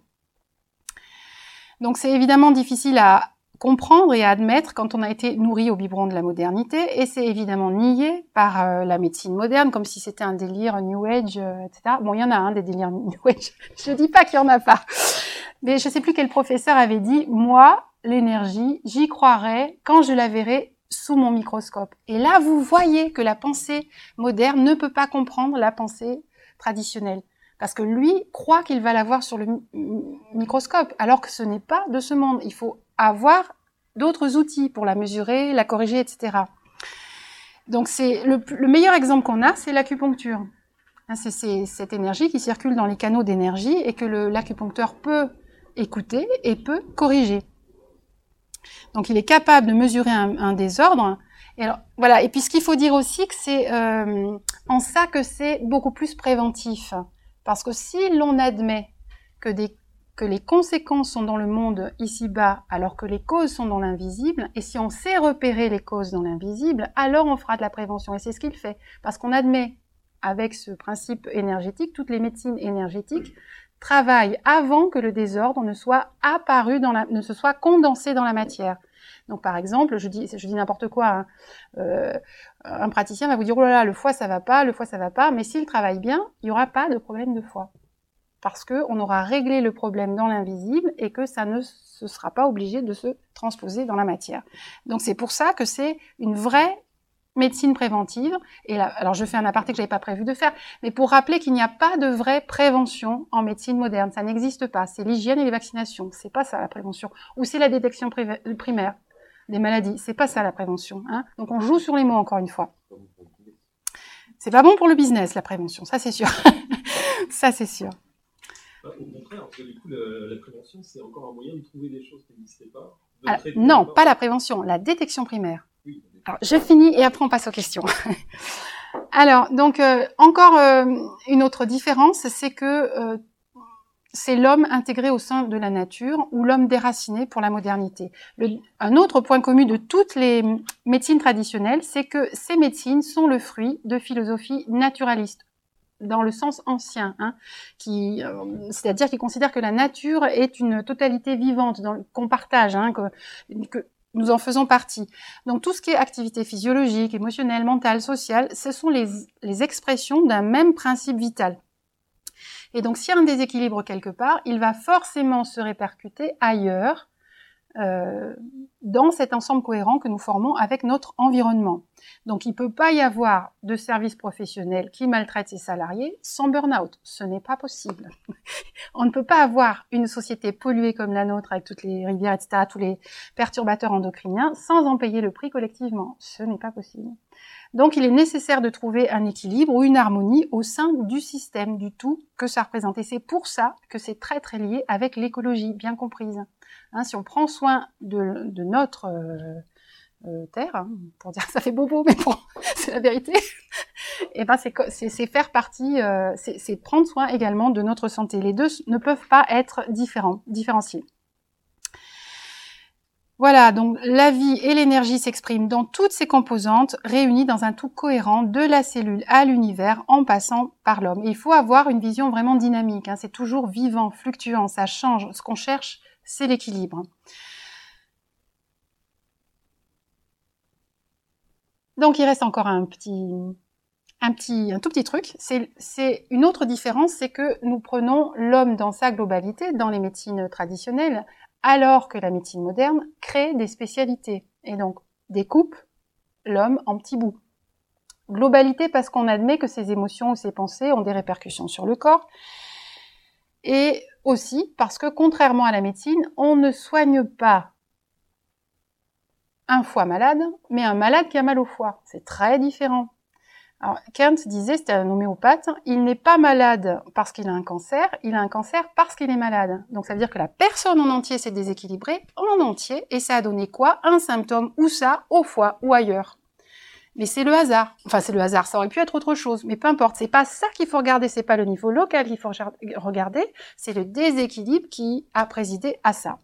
Donc c'est évidemment difficile à comprendre et à admettre quand on a été nourri au biberon de la modernité, et c'est évidemment nié par euh, la médecine moderne, comme si c'était un délire New Age, euh, et cetera. Bon, il y en a un, hein, des délires New Age. Je dis pas qu'il y en a pas. Mais je sais plus quel professeur avait dit, moi, l'énergie, j'y croirai quand je la verrai sous mon microscope. Et là, vous voyez que la pensée moderne ne peut pas comprendre la pensée traditionnelle. Parce que lui croit qu'il va la voir sur le mi- microscope, alors que ce n'est pas de ce monde. Il faut avoir d'autres outils pour la mesurer, la corriger, et cetera. Donc c'est le, le meilleur exemple qu'on a, c'est l'acupuncture. Hein, c'est, c'est cette énergie qui circule dans les canaux d'énergie et que le, l'acupuncteur peut écouter et peut corriger. Donc il est capable de mesurer un, un désordre. Et alors, voilà. Et puis ce qu'il faut dire aussi, que c'est euh, en ça que c'est beaucoup plus préventif. Parce que si l'on admet que, des, que les conséquences sont dans le monde ici-bas, alors que les causes sont dans l'invisible, et si on sait repérer les causes dans l'invisible, alors on fera de la prévention. Et c'est ce qu'il fait. Parce qu'on admet, avec ce principe énergétique, toutes les médecines énergétiques travaillent avant que le désordre ne soit apparu dans la, ne se soit condensé dans la matière. Donc par exemple, je dis, je dis n'importe quoi, hein, euh, un praticien va vous dire, oh là là, le foie ça va pas, le foie ça va pas, mais s'il travaille bien, il n'y aura pas de problème de foie. Parce qu'on aura réglé le problème dans l'invisible et que ça ne se sera pas obligé de se transposer dans la matière. Donc c'est pour ça que c'est une vraie médecine préventive. Et là, alors je fais un aparté que j'avais pas prévu de faire, mais pour rappeler qu'il n'y a pas de vraie prévention en médecine moderne, ça n'existe pas. C'est l'hygiène et les vaccinations, c'est pas ça la prévention. Ou c'est la détection primaire des maladies, c'est pas ça la prévention. Hein. Donc on joue sur les mots encore une fois. C'est pas bon pour le business la prévention, ça c'est sûr. Ça c'est sûr. Au contraire, parce que du coup la, la prévention c'est encore un moyen de trouver des choses qui n'existaient pas. Alors, non, pas la prévention, la détection primaire. Oui. Alors, je finis et après on passe aux questions. Alors, donc, euh, encore euh, une autre différence, c'est que euh, c'est l'homme intégré au sein de la nature ou l'homme déraciné pour la modernité. Le, un autre point commun de toutes les médecines traditionnelles, c'est que ces médecines sont le fruit de philosophies naturalistes, dans le sens ancien, hein, qui, euh, c'est-à-dire qui considèrent que la nature est une totalité vivante dans, qu'on partage, hein, que, que nous en faisons partie. Donc tout ce qui est activité physiologique, émotionnelle, mentale, sociale, ce sont les, les expressions d'un même principe vital. Et donc s'il y a un déséquilibre quelque part, il va forcément se répercuter ailleurs, euh, dans cet ensemble cohérent que nous formons avec notre environnement. Donc il ne peut pas y avoir de service professionnel qui maltraite ses salariés sans burn-out. Ce n'est pas possible. On ne peut pas avoir une société polluée comme la nôtre avec toutes les rivières, et cetera, tous les perturbateurs endocriniens, sans en payer le prix collectivement. Ce n'est pas possible. Donc il est nécessaire de trouver un équilibre ou une harmonie au sein du système, du tout que ça représente. Et c'est pour ça que c'est très très lié avec l'écologie, bien comprise. Hein, si on prend soin de, de notre euh, euh, terre, hein, pour dire que ça fait bobo, mais bon, c'est la vérité, et ben c'est, c'est, c'est faire partie, euh, c'est, c'est prendre soin également de notre santé. Les deux ne peuvent pas être différents, différenciés. Voilà, donc la vie et l'énergie s'expriment dans toutes ses composantes, réunies dans un tout cohérent de la cellule à l'univers, en passant par l'homme. Et il faut avoir une vision vraiment dynamique, hein, c'est toujours vivant, fluctuant, ça change. Ce qu'on cherche, c'est l'équilibre. Donc il reste encore un petit, un petit, un tout petit truc. C'est, c'est une autre différence, c'est que nous prenons l'homme dans sa globalité, dans les médecines traditionnelles, alors que la médecine moderne crée des spécialités et donc découpe l'homme en petits bouts. Globalité parce qu'on admet que ses émotions ou ses pensées ont des répercussions sur le corps, et aussi parce que contrairement à la médecine, on ne soigne pas un foie malade, mais un malade qui a mal au foie. C'est très différent. Alors, Kant disait, c'était un homéopathe, il n'est pas malade parce qu'il a un cancer, il a un cancer parce qu'il est malade. Donc ça veut dire que la personne en entier s'est déséquilibrée, en entier, et ça a donné quoi? Un symptôme, ou ça, au foie, ou ailleurs. Mais c'est le hasard. Enfin, c'est le hasard, ça aurait pu être autre chose, mais peu importe, c'est pas ça qu'il faut regarder, c'est pas le niveau local qu'il faut regarder, c'est le déséquilibre qui a présidé à ça.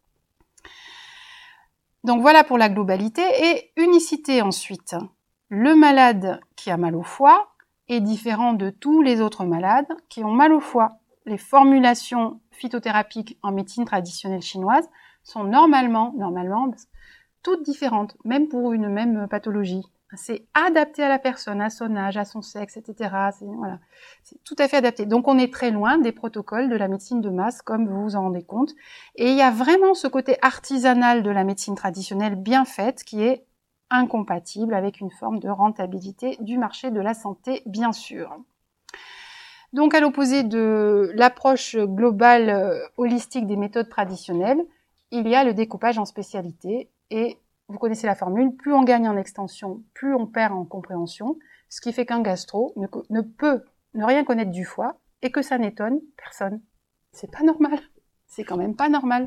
Donc voilà pour la globalité, et unicité ensuite. Le malade qui a mal au foie est différent de tous les autres malades qui ont mal au foie. Les formulations phytothérapiques en médecine traditionnelle chinoise sont normalement, normalement, toutes différentes, même pour une même pathologie. C'est adapté à la personne, à son âge, à son sexe, et cetera. C'est, voilà, c'est tout à fait adapté. Donc on est très loin des protocoles de la médecine de masse, comme vous vous en rendez compte. Et il y a vraiment ce côté artisanal de la médecine traditionnelle bien faite qui est incompatible avec une forme de rentabilité du marché de la santé, bien sûr. Donc, à l'opposé de l'approche globale euh, holistique des méthodes traditionnelles, il y a le découpage en spécialités, et vous connaissez la formule, plus on gagne en extension, plus on perd en compréhension, ce qui fait qu'un gastro ne, ne peut ne rien connaître du foie, et que ça n'étonne personne. C'est pas normal. C'est quand même pas normal.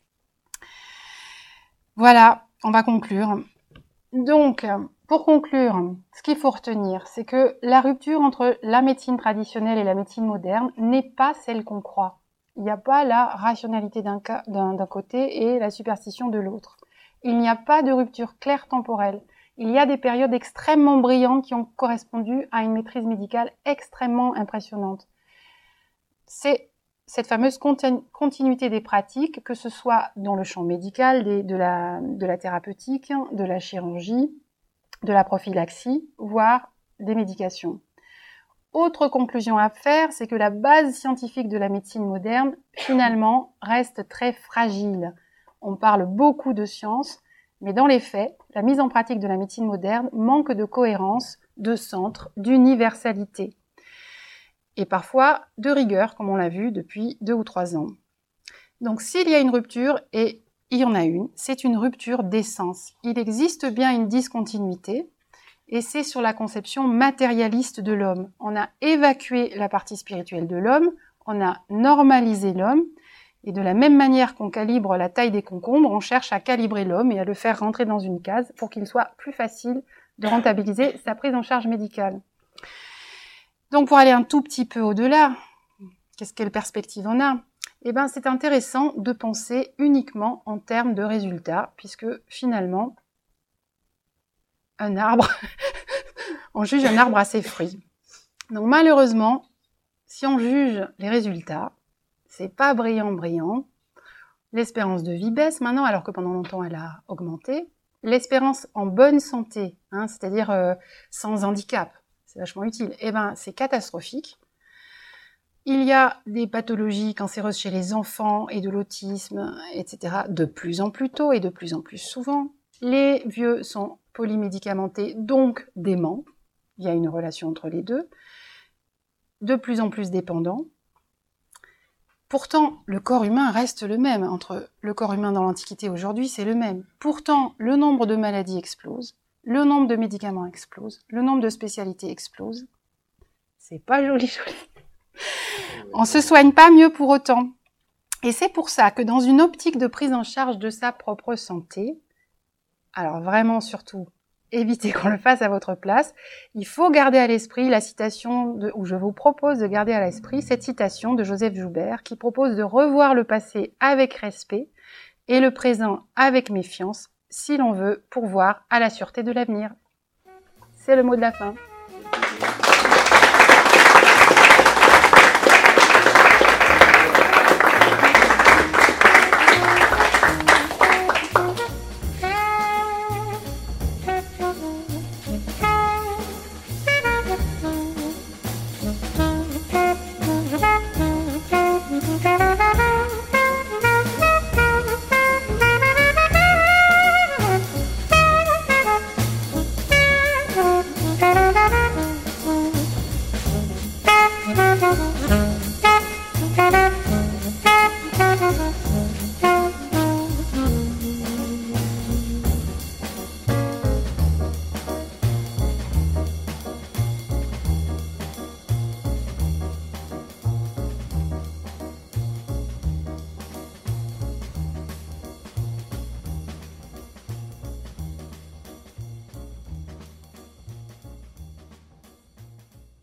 Voilà, on va conclure. Donc, pour conclure, ce qu'il faut retenir, c'est que la rupture entre la médecine traditionnelle et la médecine moderne n'est pas celle qu'on croit. Il n'y a pas la rationalité d'un, cas, d'un, d'un côté et la superstition de l'autre. Il n'y a pas de rupture claire temporelle. Il y a des périodes extrêmement brillantes qui ont correspondu à une maîtrise médicale extrêmement impressionnante. C'est cette fameuse continu- continuité des pratiques, que ce soit dans le champ médical, des, de, la, de la thérapeutique, de la chirurgie, de la prophylaxie, voire des médications. Autre conclusion à faire, c'est que la base scientifique de la médecine moderne, finalement, reste très fragile. On parle beaucoup de science, mais dans les faits, la mise en pratique de la médecine moderne manque de cohérence, de centre, d'universalité. Et parfois de rigueur, comme on l'a vu depuis deux ou trois ans. Donc s'il y a une rupture, et il y en a une, c'est une rupture d'essence. Il existe bien une discontinuité, et c'est sur la conception matérialiste de l'homme. On a évacué la partie spirituelle de l'homme, on a normalisé l'homme, et de la même manière qu'on calibre la taille des concombres, on cherche à calibrer l'homme et à le faire rentrer dans une case pour qu'il soit plus facile de rentabiliser sa prise en charge médicale. Donc pour aller un tout petit peu au-delà, qu'est-ce quelle perspective on a? Eh bien c'est intéressant de penser uniquement en termes de résultats, puisque finalement, un arbre, on juge un arbre à ses fruits. Donc malheureusement, si on juge les résultats, c'est pas brillant brillant. L'espérance de vie baisse maintenant, alors que pendant longtemps elle a augmenté. L'espérance en bonne santé, hein, c'est-à-dire euh, sans handicap, c'est vachement utile, eh ben c'est catastrophique. Il y a des pathologies cancéreuses chez les enfants et de l'autisme, et cetera, de plus en plus tôt et de plus en plus souvent. Les vieux sont polymédicamentés, donc déments. Il y a une relation entre les deux. De plus en plus dépendants. Pourtant, le corps humain reste le même. Entre le corps humain dans l'Antiquité et aujourd'hui, c'est le même. Pourtant, le nombre de maladies explose, le nombre de médicaments explose, le nombre de spécialités explose. C'est pas joli, joli. On se soigne pas mieux pour autant. Et c'est pour ça que dans une optique de prise en charge de sa propre santé, alors vraiment surtout, évitez qu'on le fasse à votre place, il faut garder à l'esprit la citation, de, ou je vous propose de garder à l'esprit cette citation de Joseph Joubert qui propose de revoir le passé avec respect et le présent avec méfiance, si l'on veut pourvoir à la sûreté de l'avenir. C'est le mot de la fin.